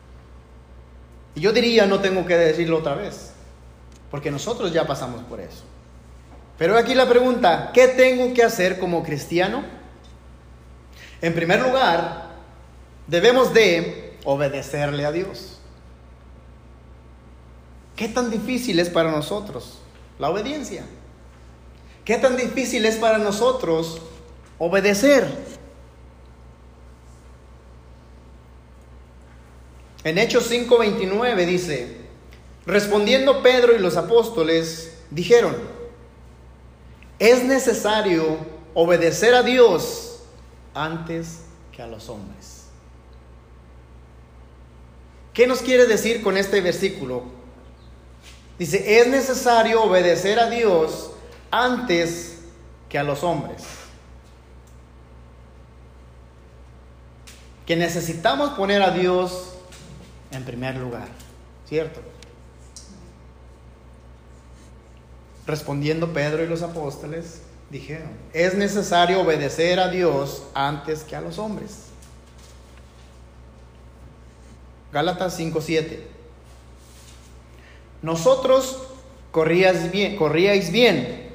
Y yo diría, no tengo que decirlo otra vez, porque nosotros ya pasamos por eso. Pero aquí la pregunta, ¿qué tengo que hacer como cristiano? En primer lugar, debemos de obedecerle a Dios. ¿Qué tan difícil es para nosotros la obediencia? ¿Qué tan difícil es para nosotros obedecer? En Hechos 5:29 dice, respondiendo Pedro y los apóstoles, dijeron, es necesario obedecer a Dios antes que a los hombres. ¿Qué nos quiere decir con este versículo? Dice, es necesario obedecer a Dios antes que a los hombres. Que necesitamos poner a Dios en primer lugar, ¿cierto? Respondiendo Pedro y los apóstoles dijeron, es necesario obedecer a Dios antes que a los hombres. Gálatas 5:7. Nosotros corríais bien.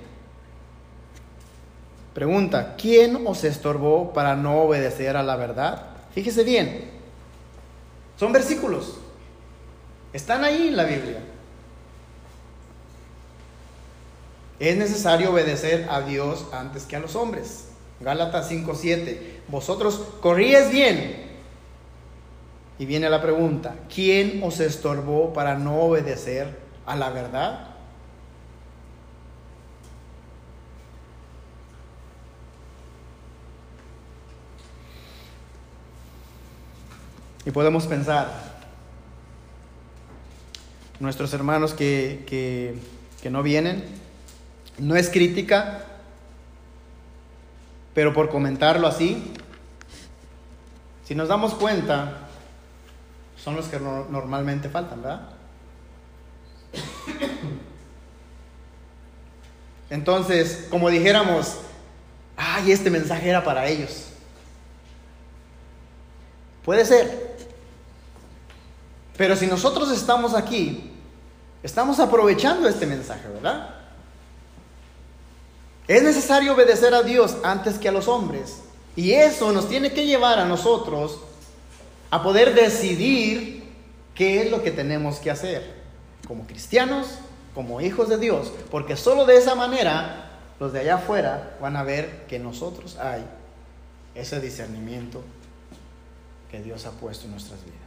Pregunta, ¿quién os estorbó para no obedecer a la verdad? Fíjese bien, son versículos, están ahí en la Biblia. Es necesario obedecer a Dios antes que a los hombres. Gálatas 5:7. Vosotros corríais bien. Y viene la pregunta, ¿quién os estorbó para no obedecer a la verdad? Y podemos pensar, nuestros hermanos que no vienen, no es crítica, Pero por comentarlo así, si nos damos cuenta, son los que normalmente faltan, ¿verdad? Entonces, como dijéramos, ay, este mensaje era para ellos. Puede ser. Pero si nosotros estamos aquí, estamos aprovechando este mensaje, ¿verdad? Es necesario obedecer a Dios antes que a los hombres. Y eso nos tiene que llevar a nosotros a poder decidir qué es lo que tenemos que hacer como cristianos, como hijos de Dios. Porque solo de esa manera los de allá afuera van a ver que en nosotros hay ese discernimiento que Dios ha puesto en nuestras vidas.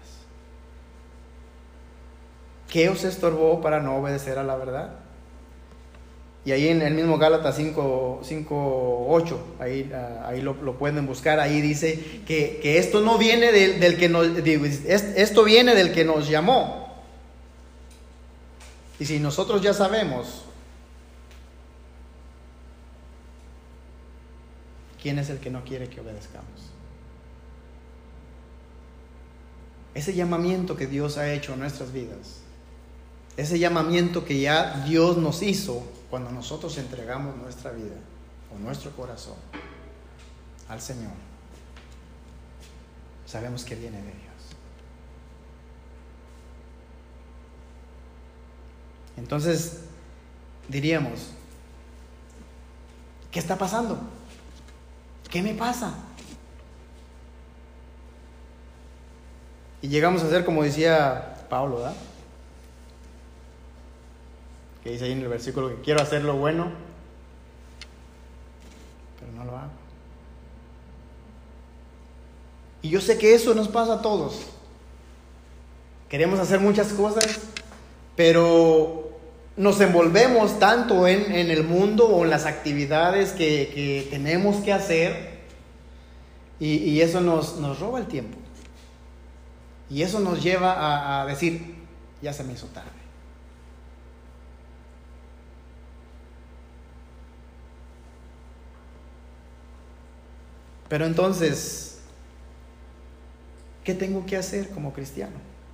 ¿Qué os estorbó para no obedecer a la verdad? Y ahí en el mismo Gálatas 5:8, ahí lo pueden buscar. Ahí dice que esto no viene del que nos, esto viene del que nos llamó. Y si nosotros ya sabemos quién es el que no quiere que obedezcamos. Ese llamamiento que Dios ha hecho en nuestras vidas, ese llamamiento que ya Dios nos hizo cuando nosotros entregamos nuestra vida o nuestro corazón al Señor, sabemos que viene de Dios. Entonces diríamos, ¿qué está pasando? ¿Qué me pasa? Y llegamos a ser como decía Pablo, ¿verdad? Que dice ahí en el versículo que quiero hacer lo bueno, pero no lo hago. Y yo sé que eso nos pasa a todos. Queremos hacer muchas cosas, pero nos envolvemos tanto en el mundo o en las actividades que tenemos que hacer, y eso nos roba el tiempo. Y eso nos lleva a decir, ya se me hizo tarde. Pero entonces, ¿qué tengo que hacer como cristiano?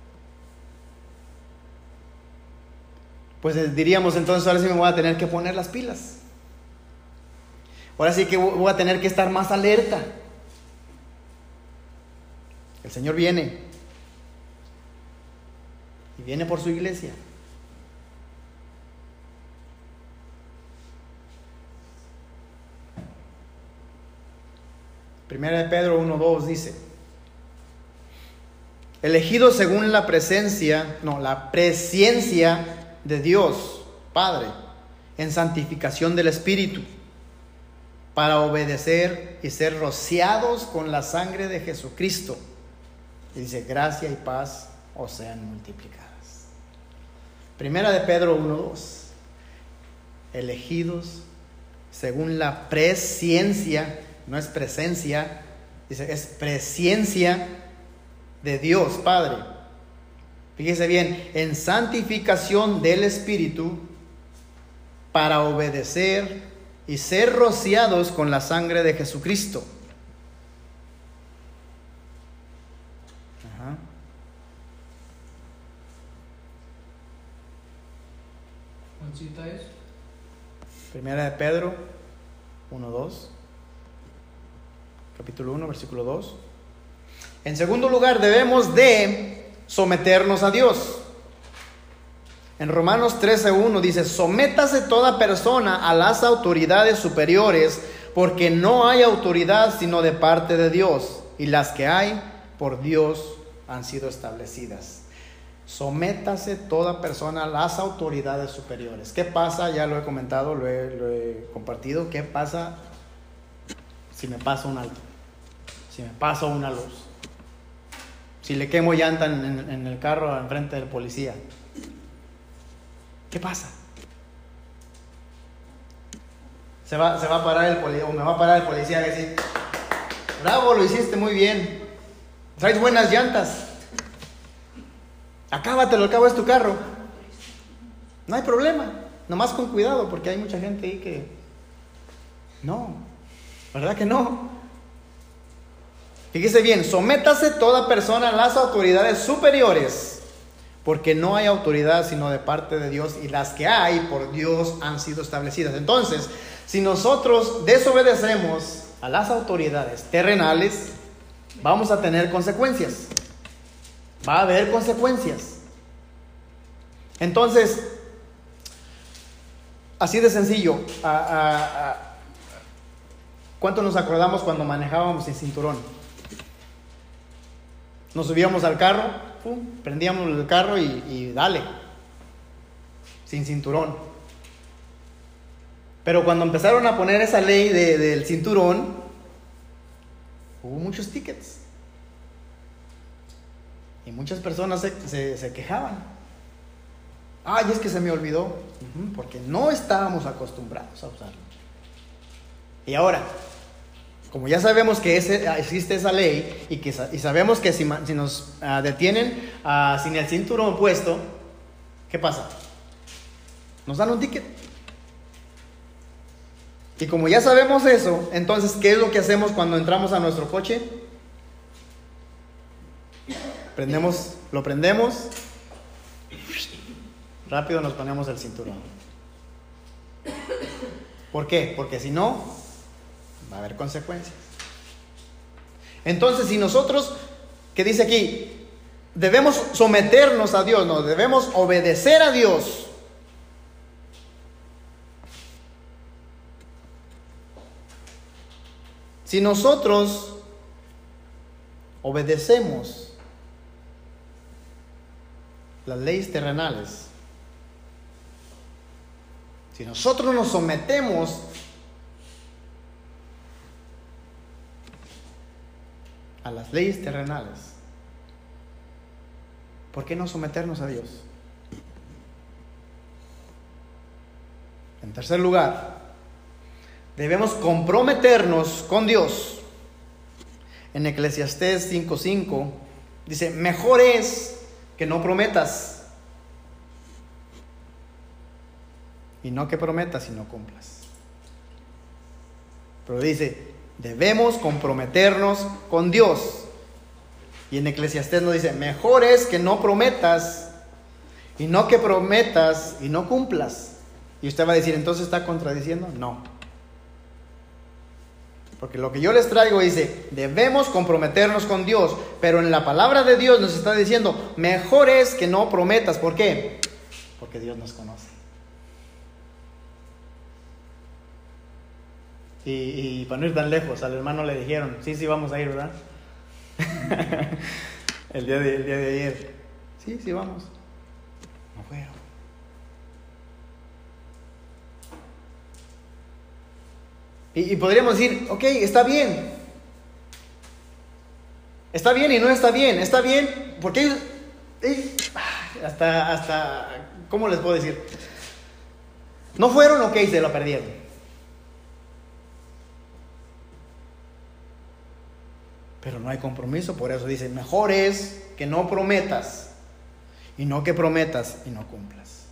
Pues diríamos entonces, ahora sí me voy a tener que poner las pilas. Ahora sí que voy a tener que estar más alerta. El Señor viene. Y viene por su iglesia. Primera de Pedro 1:2 dice: elegidos según la presciencia de Dios Padre en santificación del Espíritu, para obedecer y ser rociados con la sangre de Jesucristo. Y dice: gracia y paz os sean multiplicadas. Primera de Pedro 1:2. Elegidos según la presciencia, no es presencia, dice, es presciencia de Dios Padre. Fíjese bien, en santificación del Espíritu, para obedecer y ser rociados con la sangre de Jesucristo. Ajá. ¿Cuál cita es? Primera de Pedro 1:2. Capítulo 1, versículo 2. En segundo lugar, debemos de someternos a Dios. En Romanos 13:1 dice: sométase toda persona a las autoridades superiores, porque no hay autoridad sino de parte de Dios, y las que hay por Dios han sido establecidas. Sométase toda persona a las autoridades superiores. ¿Qué pasa? Ya lo he comentado, lo he compartido. ¿Qué pasa si me pasa un alto? Si me pasa una luz. Si le quemo llanta en el carro enfrente del policía. ¿Qué pasa? Se va a parar el policía, o me va a parar el policía y decir: bravo, lo hiciste muy bien. Traes buenas llantas. Acábatelo, al cabo es tu carro. No hay problema. Nomás con cuidado, porque hay mucha gente ahí que no. ¿Verdad que no? Fíjese bien, sométase toda persona a las autoridades superiores, porque no hay autoridad sino de parte de Dios, y las que hay por Dios han sido establecidas. Entonces, si nosotros desobedecemos a las autoridades terrenales, vamos a tener consecuencias. Va a haber consecuencias. Entonces, así de sencillo, ¿cuánto nos acordamos cuando manejábamos sin cinturón? Nos subíamos al carro, prendíamos el carro y dale, sin cinturón. Pero cuando empezaron a poner esa ley del cinturón, hubo muchos tickets. Y muchas personas se quejaban. Ay, es que se me olvidó. Porque no estábamos acostumbrados a usarlo. Y ahora, como ya sabemos que existe esa ley y sabemos que si nos detienen sin el cinturón puesto, ¿qué pasa? Nos dan un ticket. Y como ya sabemos eso, entonces, ¿qué es lo que hacemos cuando entramos a nuestro coche? Lo prendemos, rápido nos ponemos el cinturón. ¿Por qué? Porque si no, va a haber consecuencias. Entonces, si nosotros, ¿qué dice aquí? Debemos someternos a Dios, no, debemos obedecer a Dios. Si nosotros obedecemos las leyes terrenales, si nosotros nos sometemos a las leyes terrenales, ¿por qué no someternos a Dios? En tercer lugar, debemos comprometernos con Dios. En Eclesiastés 5:5 dice: mejor es que no prometas, y no que prometas y no cumplas. Pero dice, debemos comprometernos con Dios. Y en Eclesiastés nos dice, mejor es que no prometas, y no que prometas y no cumplas. Y usted va a decir, ¿entonces está contradiciendo? No. Porque lo que yo les traigo dice, debemos comprometernos con Dios, pero en la palabra de Dios nos está diciendo, mejor es que no prometas. ¿Por qué? Porque Dios nos conoce. Y para no ir tan lejos, al hermano le dijeron, sí, vamos a ir, ¿verdad? el día de ayer, sí, vamos. No fueron. Y podríamos decir, ok, está bien. Está bien y no está bien. Está bien porque hasta, ¿cómo les puedo decir? No fueron, ok, se lo perdieron. Pero no hay compromiso, por eso dice, mejor es que no prometas, y no que prometas y no cumplas.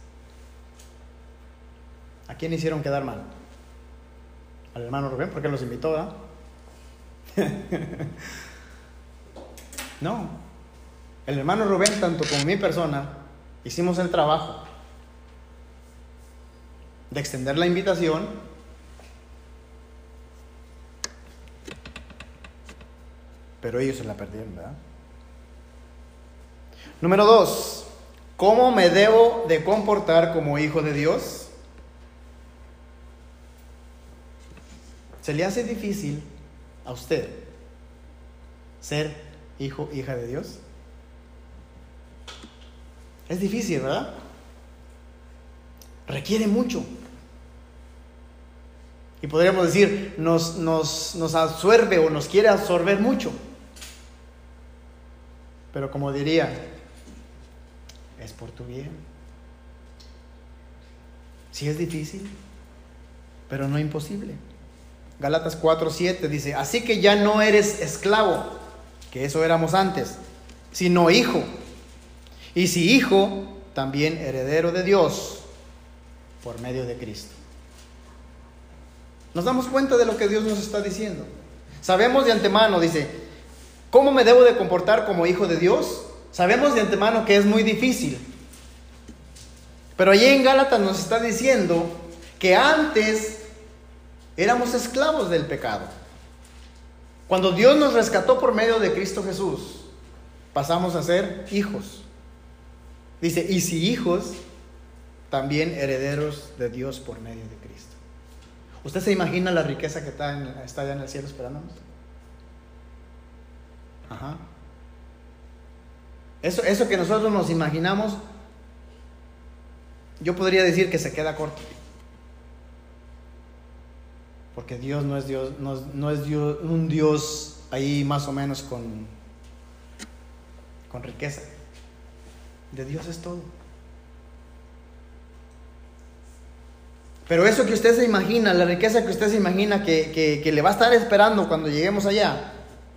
¿A quién hicieron quedar mal? Al hermano Rubén, porque los invitó, ¿verdad? No. El hermano Rubén, tanto como mi persona, hicimos el trabajo de extender la invitación, pero ellos se la perdieron, ¿verdad? Número 2. ¿Cómo me debo de comportar como hijo de Dios? ¿Se le hace difícil a usted ser hijo, hija de Dios? Es difícil, ¿verdad? Requiere mucho. Y podríamos decir, nos absorbe o nos quiere absorber mucho. Pero como diría, es por tu bien. Sí es difícil, pero no imposible. Gálatas 4:7 dice, así que ya no eres esclavo, que eso éramos antes, sino hijo. Y si hijo, también heredero de Dios por medio de Cristo. Nos damos cuenta de lo que Dios nos está diciendo. Sabemos de antemano, dice, ¿cómo me debo de comportar como hijo de Dios? Sabemos de antemano que es muy difícil. Pero allí en Gálatas nos está diciendo que antes éramos esclavos del pecado. Cuando Dios nos rescató por medio de Cristo Jesús, pasamos a ser hijos. Dice, y si hijos, también herederos de Dios por medio de Cristo. ¿Usted se imagina la riqueza que está allá en el cielo esperándonos? Ajá. Eso que nosotros nos imaginamos, yo podría decir que se queda corto. Porque Dios no es Dios, no es Dios, un Dios ahí más o menos con riqueza. De Dios es todo. Pero eso que usted se imagina, la riqueza que usted se imagina que le va a estar esperando cuando lleguemos allá,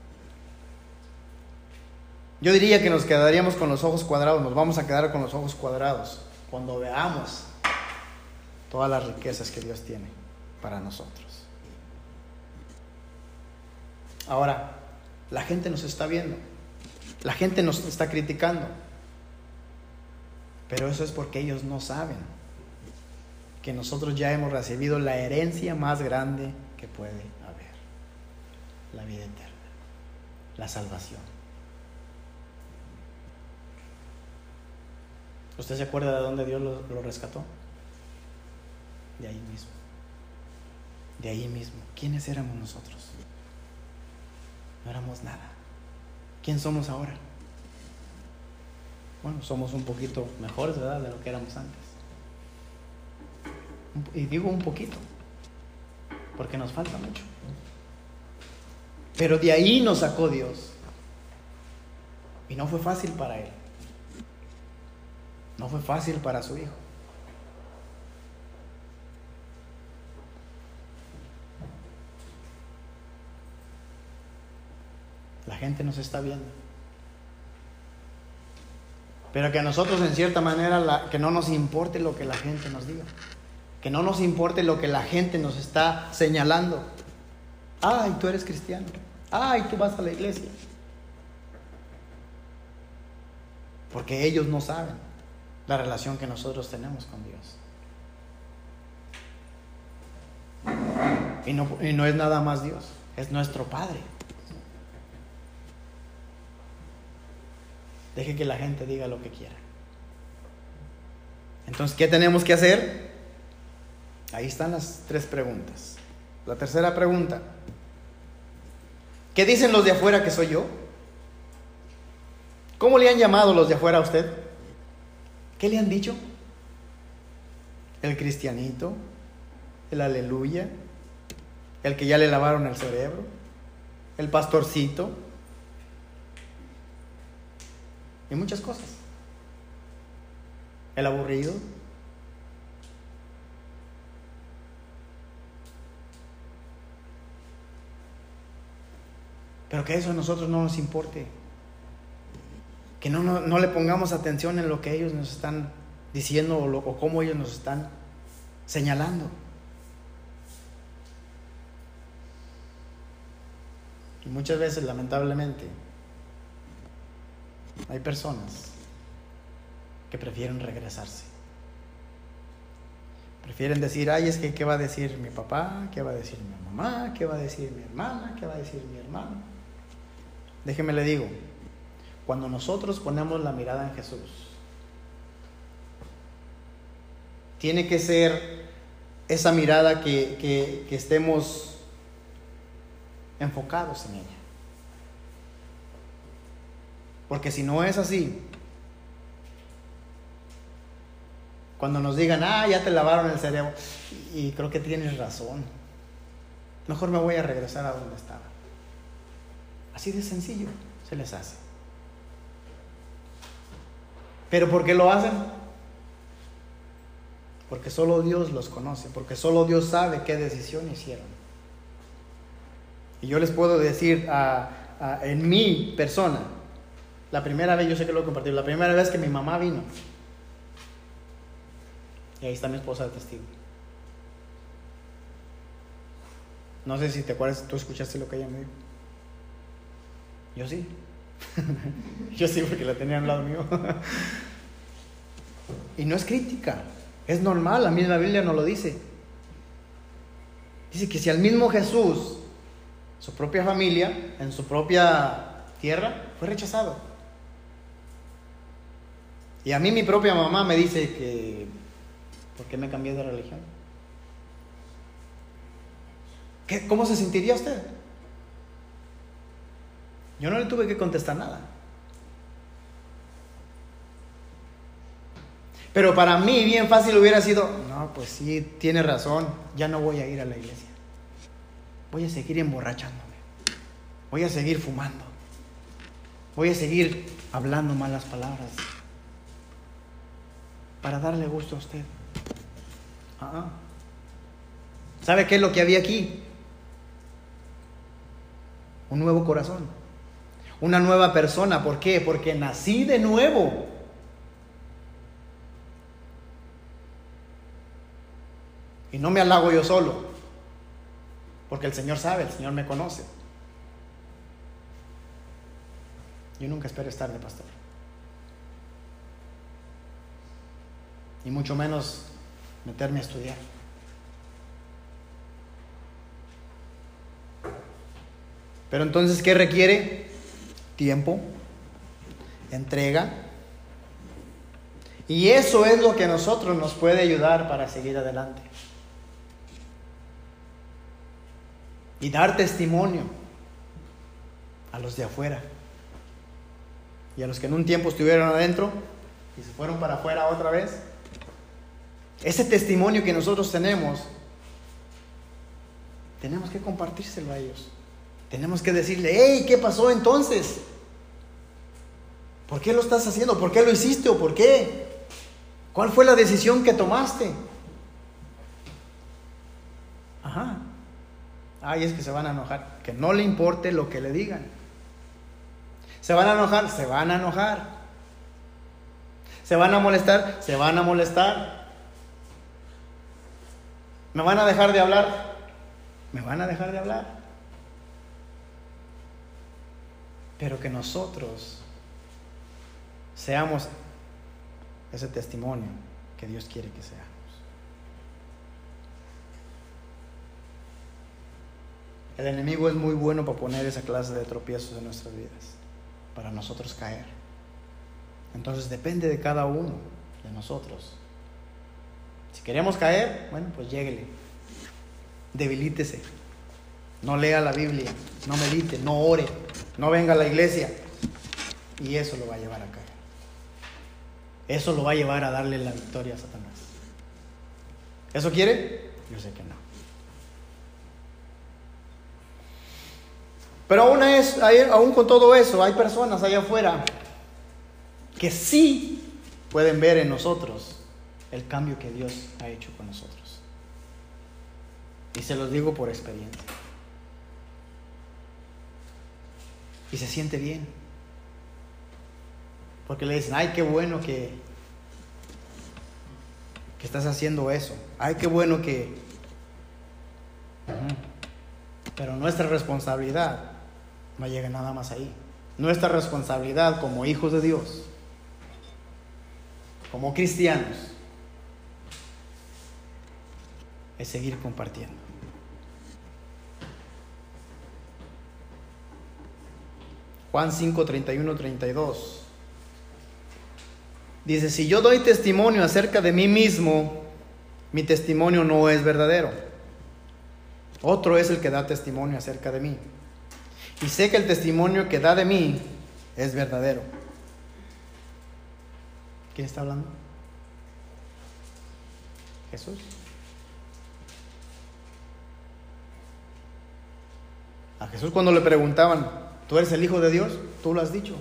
yo diría que nos quedaríamos con los ojos cuadrados, nos vamos a quedar con los ojos cuadrados cuando veamos todas las riquezas que Dios tiene para nosotros. Ahora, la gente nos está viendo, la gente nos está criticando, pero eso es porque ellos no saben que nosotros ya hemos recibido la herencia más grande que puede haber, la vida eterna, la salvación. ¿Usted se acuerda de dónde Dios lo rescató? De ahí mismo. De ahí mismo. ¿Quiénes éramos nosotros? No éramos nada. ¿Quién somos ahora? Bueno, somos un poquito mejores, ¿verdad?, de lo que éramos antes. Y digo un poquito, porque nos falta mucho. Pero de ahí nos sacó Dios. Y no fue fácil para Él. No fue fácil para su Hijo. La gente nos está viendo. Pero que a nosotros en cierta manera que no nos importe lo que la gente nos diga. Que no nos importe lo que la gente nos está señalando. Ay, tú eres cristiano. Ay, tú vas a la iglesia. Porque ellos no saben la relación que nosotros tenemos con Dios. Y no es nada más Dios, es nuestro Padre. Deje que la gente diga lo que quiera. Entonces, ¿qué tenemos que hacer? Ahí están las 3 preguntas. La tercera pregunta: ¿qué dicen los de afuera que soy yo? ¿Cómo le han llamado los de afuera a usted? ¿Qué le han dicho? ¿El cristianito? ¿El aleluya? ¿El que ya le lavaron el cerebro? ¿El pastorcito? Y muchas cosas. ¿El aburrido? Pero que eso a nosotros no nos importe. Que no le pongamos atención en lo que ellos nos están diciendo o cómo ellos nos están señalando. Y muchas veces, lamentablemente, hay personas que prefieren regresarse. Prefieren decir, ay, es que ¿qué va a decir mi papá? ¿Qué va a decir mi mamá? ¿Qué va a decir mi hermana? ¿Qué va a decir mi hermano? Déjeme le digo, cuando nosotros ponemos la mirada en Jesús, tiene que ser esa mirada que estemos enfocados en ella. Porque si no es así, cuando nos digan, ya te lavaron el cerebro, y creo que tienes razón, mejor me voy a regresar a donde estaba. Así de sencillo se les hace. ¿Pero por qué lo hacen? Porque solo Dios los conoce, porque solo Dios sabe qué decisión hicieron. Y yo les puedo decir en mi persona, la primera vez, yo sé que lo he compartido, la primera vez que mi mamá vino, y ahí está mi esposa de testigo. No sé si te acuerdas, tú escuchaste lo que ella me dijo. Yo sí. Yo sí, porque la tenía al lado mío. Y no es crítica, es normal, la misma Biblia nos lo dice. Dice que si al mismo Jesús, su propia familia, en su propia tierra, fue rechazado. Y a mí mi propia mamá me dice que ¿por qué me cambié de religión? ¿Cómo se sentiría usted? Yo no le tuve que contestar nada. Pero para mí bien fácil hubiera sido, no, pues sí, tiene razón, ya no voy a ir a la iglesia. Voy a seguir emborrachándome. Voy a seguir fumando. Voy a seguir hablando malas palabras. Para darle gusto a usted. ¿Sabe qué es lo que había aquí? Un nuevo corazón. Una nueva persona. ¿Por qué? Porque nací de nuevo. Y no me halago yo solo, porque el Señor sabe, el Señor me conoce. Yo nunca espero estar de pastor. Y mucho menos meterme a estudiar. Pero entonces, ¿qué requiere? Tiempo, entrega. Y eso es lo que a nosotros nos puede ayudar para seguir adelante. Y dar testimonio a los de afuera. Y a los que en un tiempo estuvieron adentro y se fueron para afuera otra vez. Ese testimonio que nosotros tenemos que compartírselo a ellos. Tenemos que decirle, hey, ¿qué pasó entonces? ¿Por qué lo estás haciendo? ¿Por qué lo hiciste o por qué? ¿Cuál fue la decisión que tomaste? Ay, es que se van a enojar. Que no le importe lo que le digan. ¿Se van a enojar? Se van a enojar. ¿Se van a molestar? Se van a molestar. ¿Me van a dejar de hablar? Me van a dejar de hablar. Pero que nosotros seamos ese testimonio que Dios quiere que seamos. El enemigo es muy bueno para poner esa clase de tropiezos en nuestras vidas, para nosotros caer. Entonces depende de cada uno de nosotros. Si queremos caer, bueno, pues lléguele. Debilítese. No lea la Biblia, no medite, no ore, no venga a la iglesia. Y eso lo va a llevar a caer. Eso lo va a llevar a darle la victoria a Satanás. ¿Eso quiere? Yo sé que no. Pero aún con todo eso, hay personas allá afuera que sí pueden ver en nosotros el cambio que Dios ha hecho con nosotros. Y se los digo por experiencia. Y se siente bien. Porque le dicen, ay, qué bueno que estás haciendo eso. Ay, qué bueno que... Pero nuestra responsabilidad no llega nada más ahí. Nuestra responsabilidad como hijos de Dios, como cristianos, es seguir compartiendo. Juan 5, 31, 32 dice, si yo doy testimonio acerca de mí mismo, mi testimonio no es verdadero. Otro es el que da testimonio acerca de mí. Y sé que el testimonio que da de mí es verdadero. ¿Quién está hablando? Jesús. A Jesús cuando le preguntaban, ¿tú eres el Hijo de Dios? Tú lo has dicho.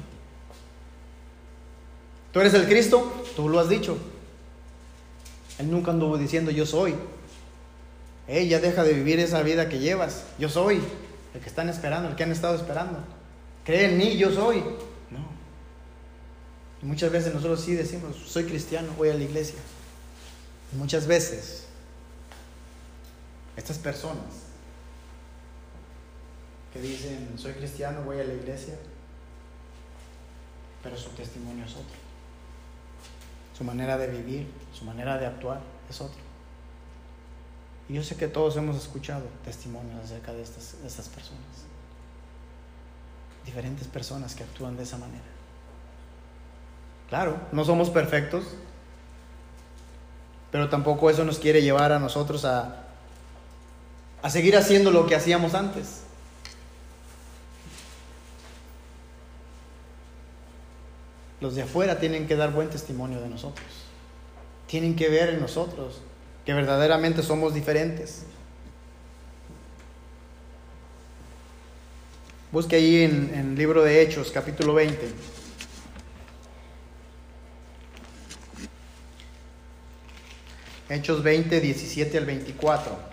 ¿Tú eres el Cristo? Tú lo has dicho. Él nunca anduvo diciendo yo soy. Ya deja de vivir esa vida que llevas. Yo soy el que están esperando, el que han estado esperando. Cree en mí, yo soy. No. Y muchas veces nosotros sí decimos, soy cristiano, voy a la iglesia. Y muchas veces estas personas que dicen, soy cristiano, voy a la iglesia, pero su testimonio es otro. Su manera de vivir, su manera de actuar es otro. Y yo sé que todos hemos escuchado testimonios acerca de estas personas. Diferentes personas que actúan de esa manera. Claro, no somos perfectos, pero tampoco eso nos quiere llevar a nosotros a seguir haciendo lo que hacíamos antes. Los de afuera tienen que dar buen testimonio de nosotros. Tienen que ver en nosotros que verdaderamente somos diferentes. Busque ahí en el libro de Hechos, capítulo 20. Hechos 20, 17 al 24.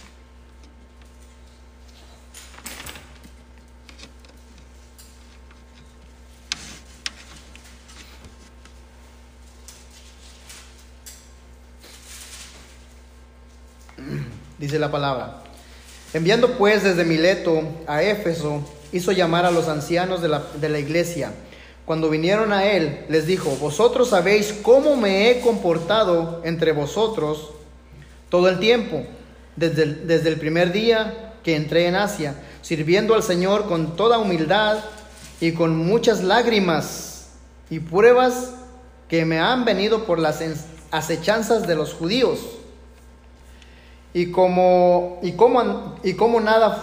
Dice la palabra: enviando pues desde Mileto a Éfeso, hizo llamar a los ancianos de la iglesia. Cuando vinieron a él, les dijo: vosotros sabéis cómo me he comportado entre vosotros todo el tiempo, desde el primer día que entré en Asia, sirviendo al Señor con toda humildad y con muchas lágrimas y pruebas que me han venido por las acechanzas de los judíos. Y como nada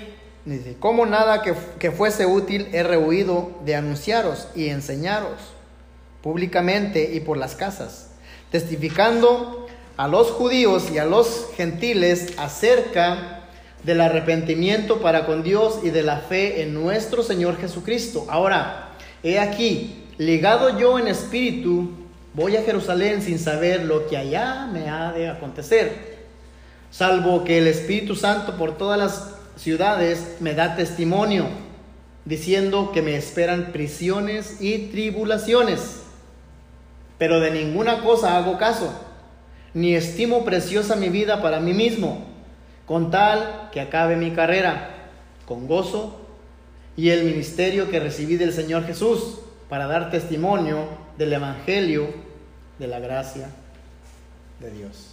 que fuese útil he rehuido de anunciaros y enseñaros públicamente y por las casas, testificando a los judíos y a los gentiles acerca del arrepentimiento para con Dios y de la fe en nuestro Señor Jesucristo. Ahora, he aquí, ligado yo en espíritu, voy a Jerusalén sin saber lo que allá me ha de acontecer, salvo que el Espíritu Santo por todas las ciudades me da testimonio, diciendo que me esperan prisiones y tribulaciones. Pero de ninguna cosa hago caso, ni estimo preciosa mi vida para mí mismo, con tal que acabe mi carrera con gozo y el ministerio que recibí del Señor Jesús, para dar testimonio del Evangelio de la gracia de Dios.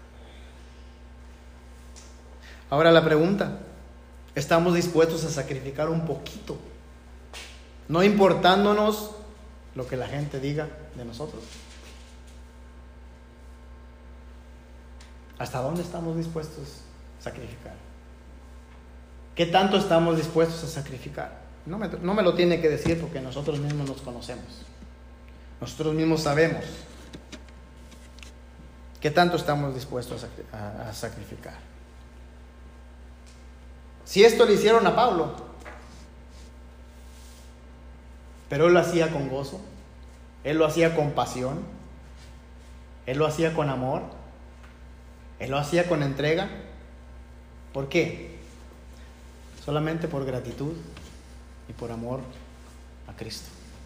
Ahora la pregunta: ¿estamos dispuestos a sacrificar un poquito, no importándonos lo que la gente diga de nosotros? ¿Hasta dónde estamos dispuestos a sacrificar? ¿Qué tanto estamos dispuestos a sacrificar? No me lo tiene que decir, porque nosotros mismos nos conocemos. Nosotros mismos sabemos qué tanto estamos dispuestos a sacrificar. Si esto le hicieron a Pablo, pero él lo hacía con gozo, él lo hacía con pasión, él lo hacía con amor, él lo hacía con entrega. ¿Por qué? Solamente por gratitud y por amor a Cristo.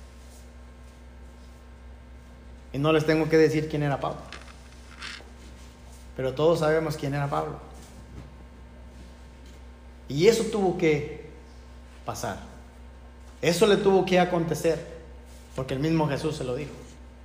Y no les tengo que decir quién era Pablo, pero todos sabemos quién era Pablo. Y eso tuvo que pasar. Eso le tuvo que acontecer, porque el mismo Jesús se lo dijo.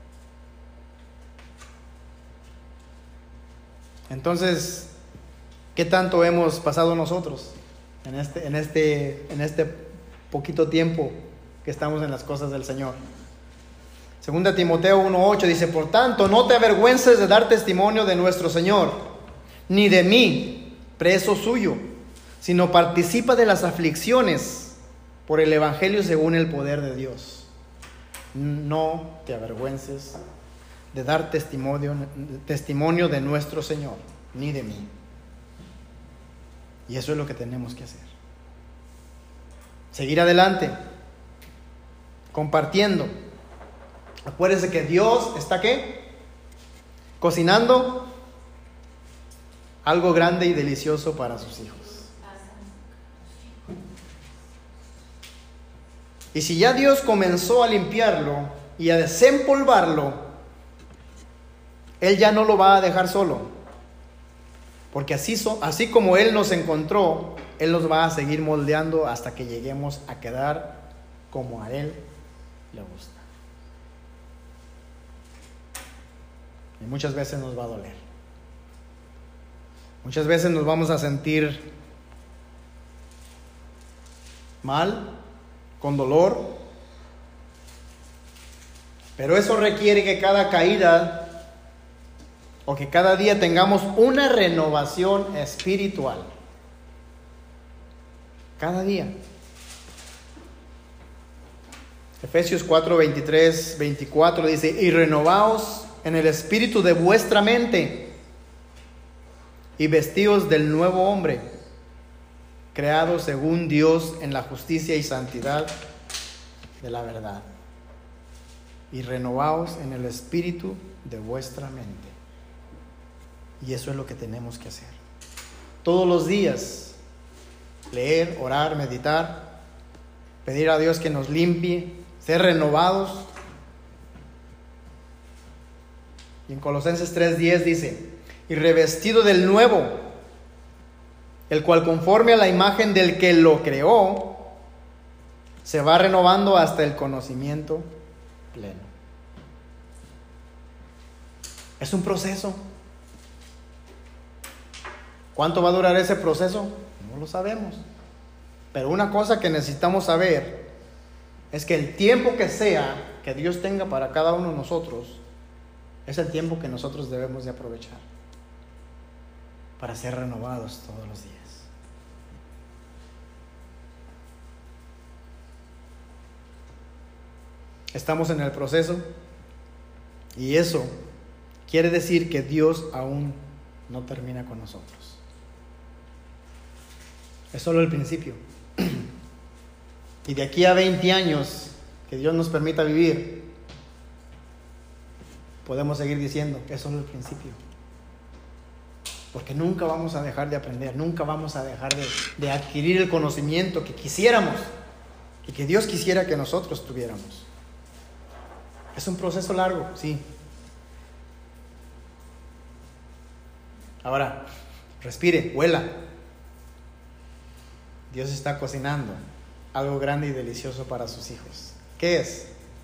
Entonces, ¿qué tanto hemos pasado nosotros en este poquito tiempo que estamos en las cosas del Señor? Segunda Timoteo 1:8 dice: por tanto, no te avergüences de dar testimonio de nuestro Señor, ni de mí, preso suyo, sino participa de las aflicciones por el Evangelio según el poder de Dios. No te avergüences de dar testimonio de nuestro Señor, ni de mí. Y eso es lo que tenemos que hacer. Seguir adelante, compartiendo. Acuérdense que Dios está, ¿qué? Cocinando algo grande y delicioso para sus hijos. Y si ya Dios comenzó a limpiarlo y a desempolvarlo, Él ya no lo va a dejar solo. Porque así como Él nos encontró, Él nos va a seguir moldeando hasta que lleguemos a quedar como a Él le gusta. Y muchas veces nos va a doler. Muchas veces nos vamos a sentir mal, con dolor. Pero eso requiere que cada caída o que cada día tengamos una renovación espiritual. Cada día. Efesios 4, 23, 24 dice: y renovaos en el espíritu de vuestra mente y vestíos del nuevo hombre, creado según Dios en la justicia y santidad de la verdad. Y renovaos en el espíritu de vuestra mente. Y eso es lo que tenemos que hacer. Todos los días, leer, orar, meditar, pedir a Dios que nos limpie, ser renovados. Y en Colosenses 3:10 dice: y revestido del nuevo, el cual conforme a la imagen del que lo creó, se va renovando hasta el conocimiento pleno. Es un proceso. ¿Cuánto va a durar ese proceso? No lo sabemos. Pero una cosa que necesitamos saber es que el tiempo que sea que Dios tenga para cada uno de nosotros es el tiempo que nosotros debemos de aprovechar para ser renovados todos los días. Estamos en el proceso y eso quiere decir que Dios aún no termina con nosotros. Es solo el principio. Y de aquí a 20 años que Dios nos permita vivir, podemos seguir diciendo que es solo el principio. Porque nunca vamos a dejar de aprender, nunca vamos a dejar de adquirir el conocimiento que quisiéramos y que Dios quisiera que nosotros tuviéramos. Es un proceso largo, sí. Ahora, respire, huela. Dios está cocinando algo grande y delicioso para sus hijos. ¿Qué es?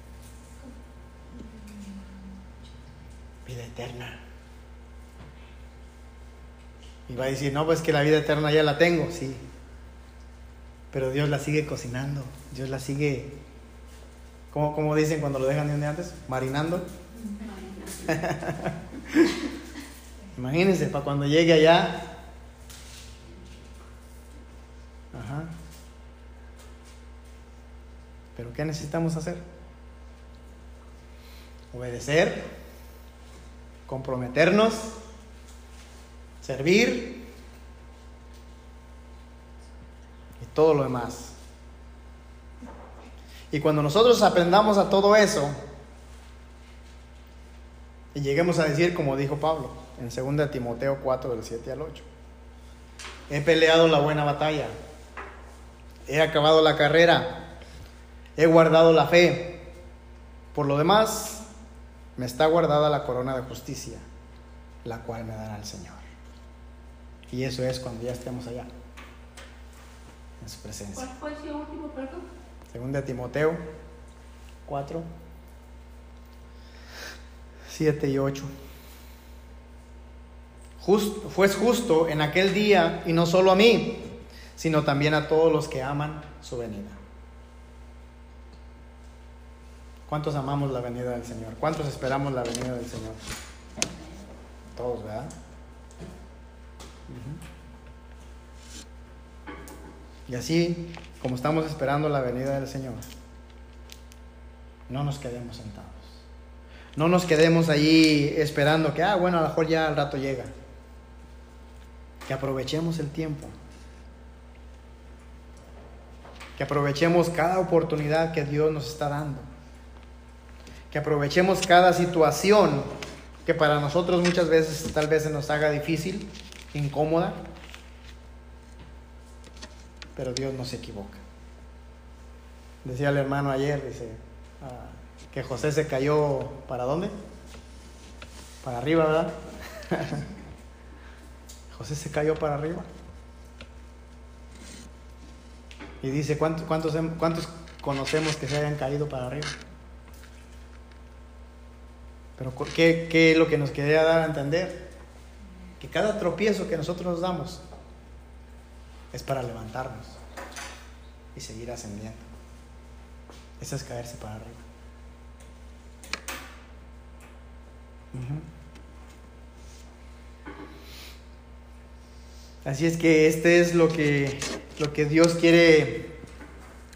Vida eterna. Y va a decir: no, pues que la vida eterna ya la tengo, sí. Pero Dios la sigue cocinando. Dios la sigue, ¿cómo dicen cuando lo dejan de un día antes? Marinando. Imagínense, para cuando llegue allá. Ajá. Pero ¿qué necesitamos hacer? Obedecer, comprometernos, servir y todo lo demás. Y cuando nosotros aprendamos a todo eso y lleguemos a decir, como dijo Pablo en 2 Timoteo 4 del 7 al 8: he peleado la buena batalla, he acabado la carrera, he guardado la fe. Por lo demás, me está guardada la corona de justicia, la cual me dará el Señor. Y eso es cuando ya estemos allá, en su presencia. ¿Cuál fue ese último, perdón? 2 Timoteo 4, 7 y 8. Fue justo en aquel día, y no solo a mí, sino también a todos los que aman su venida. ¿Cuántos amamos la venida del Señor? ¿Cuántos esperamos la venida del Señor? Todos, ¿verdad? Y así, como estamos esperando la venida del Señor, no nos quedemos sentados. No nos quedemos allí esperando que, bueno, a lo mejor ya al rato llega. Que aprovechemos el tiempo. Que aprovechemos cada oportunidad que Dios nos está dando. Que aprovechemos cada situación que para nosotros muchas veces tal vez se nos haga difícil, incómoda. Pero Dios no se equivoca. Decía el hermano ayer, dice, que José se cayó, ¿para dónde? Para arriba, ¿verdad? José se cayó para arriba. Y dice, ¿cuántos conocemos que se hayan caído para arriba? Pero ¿qué es lo que nos quería dar a entender? Que cada tropiezo que nosotros nos damos es para levantarnos y seguir ascendiendo. Eso es caerse para arriba. Así es que este es lo que Dios quiere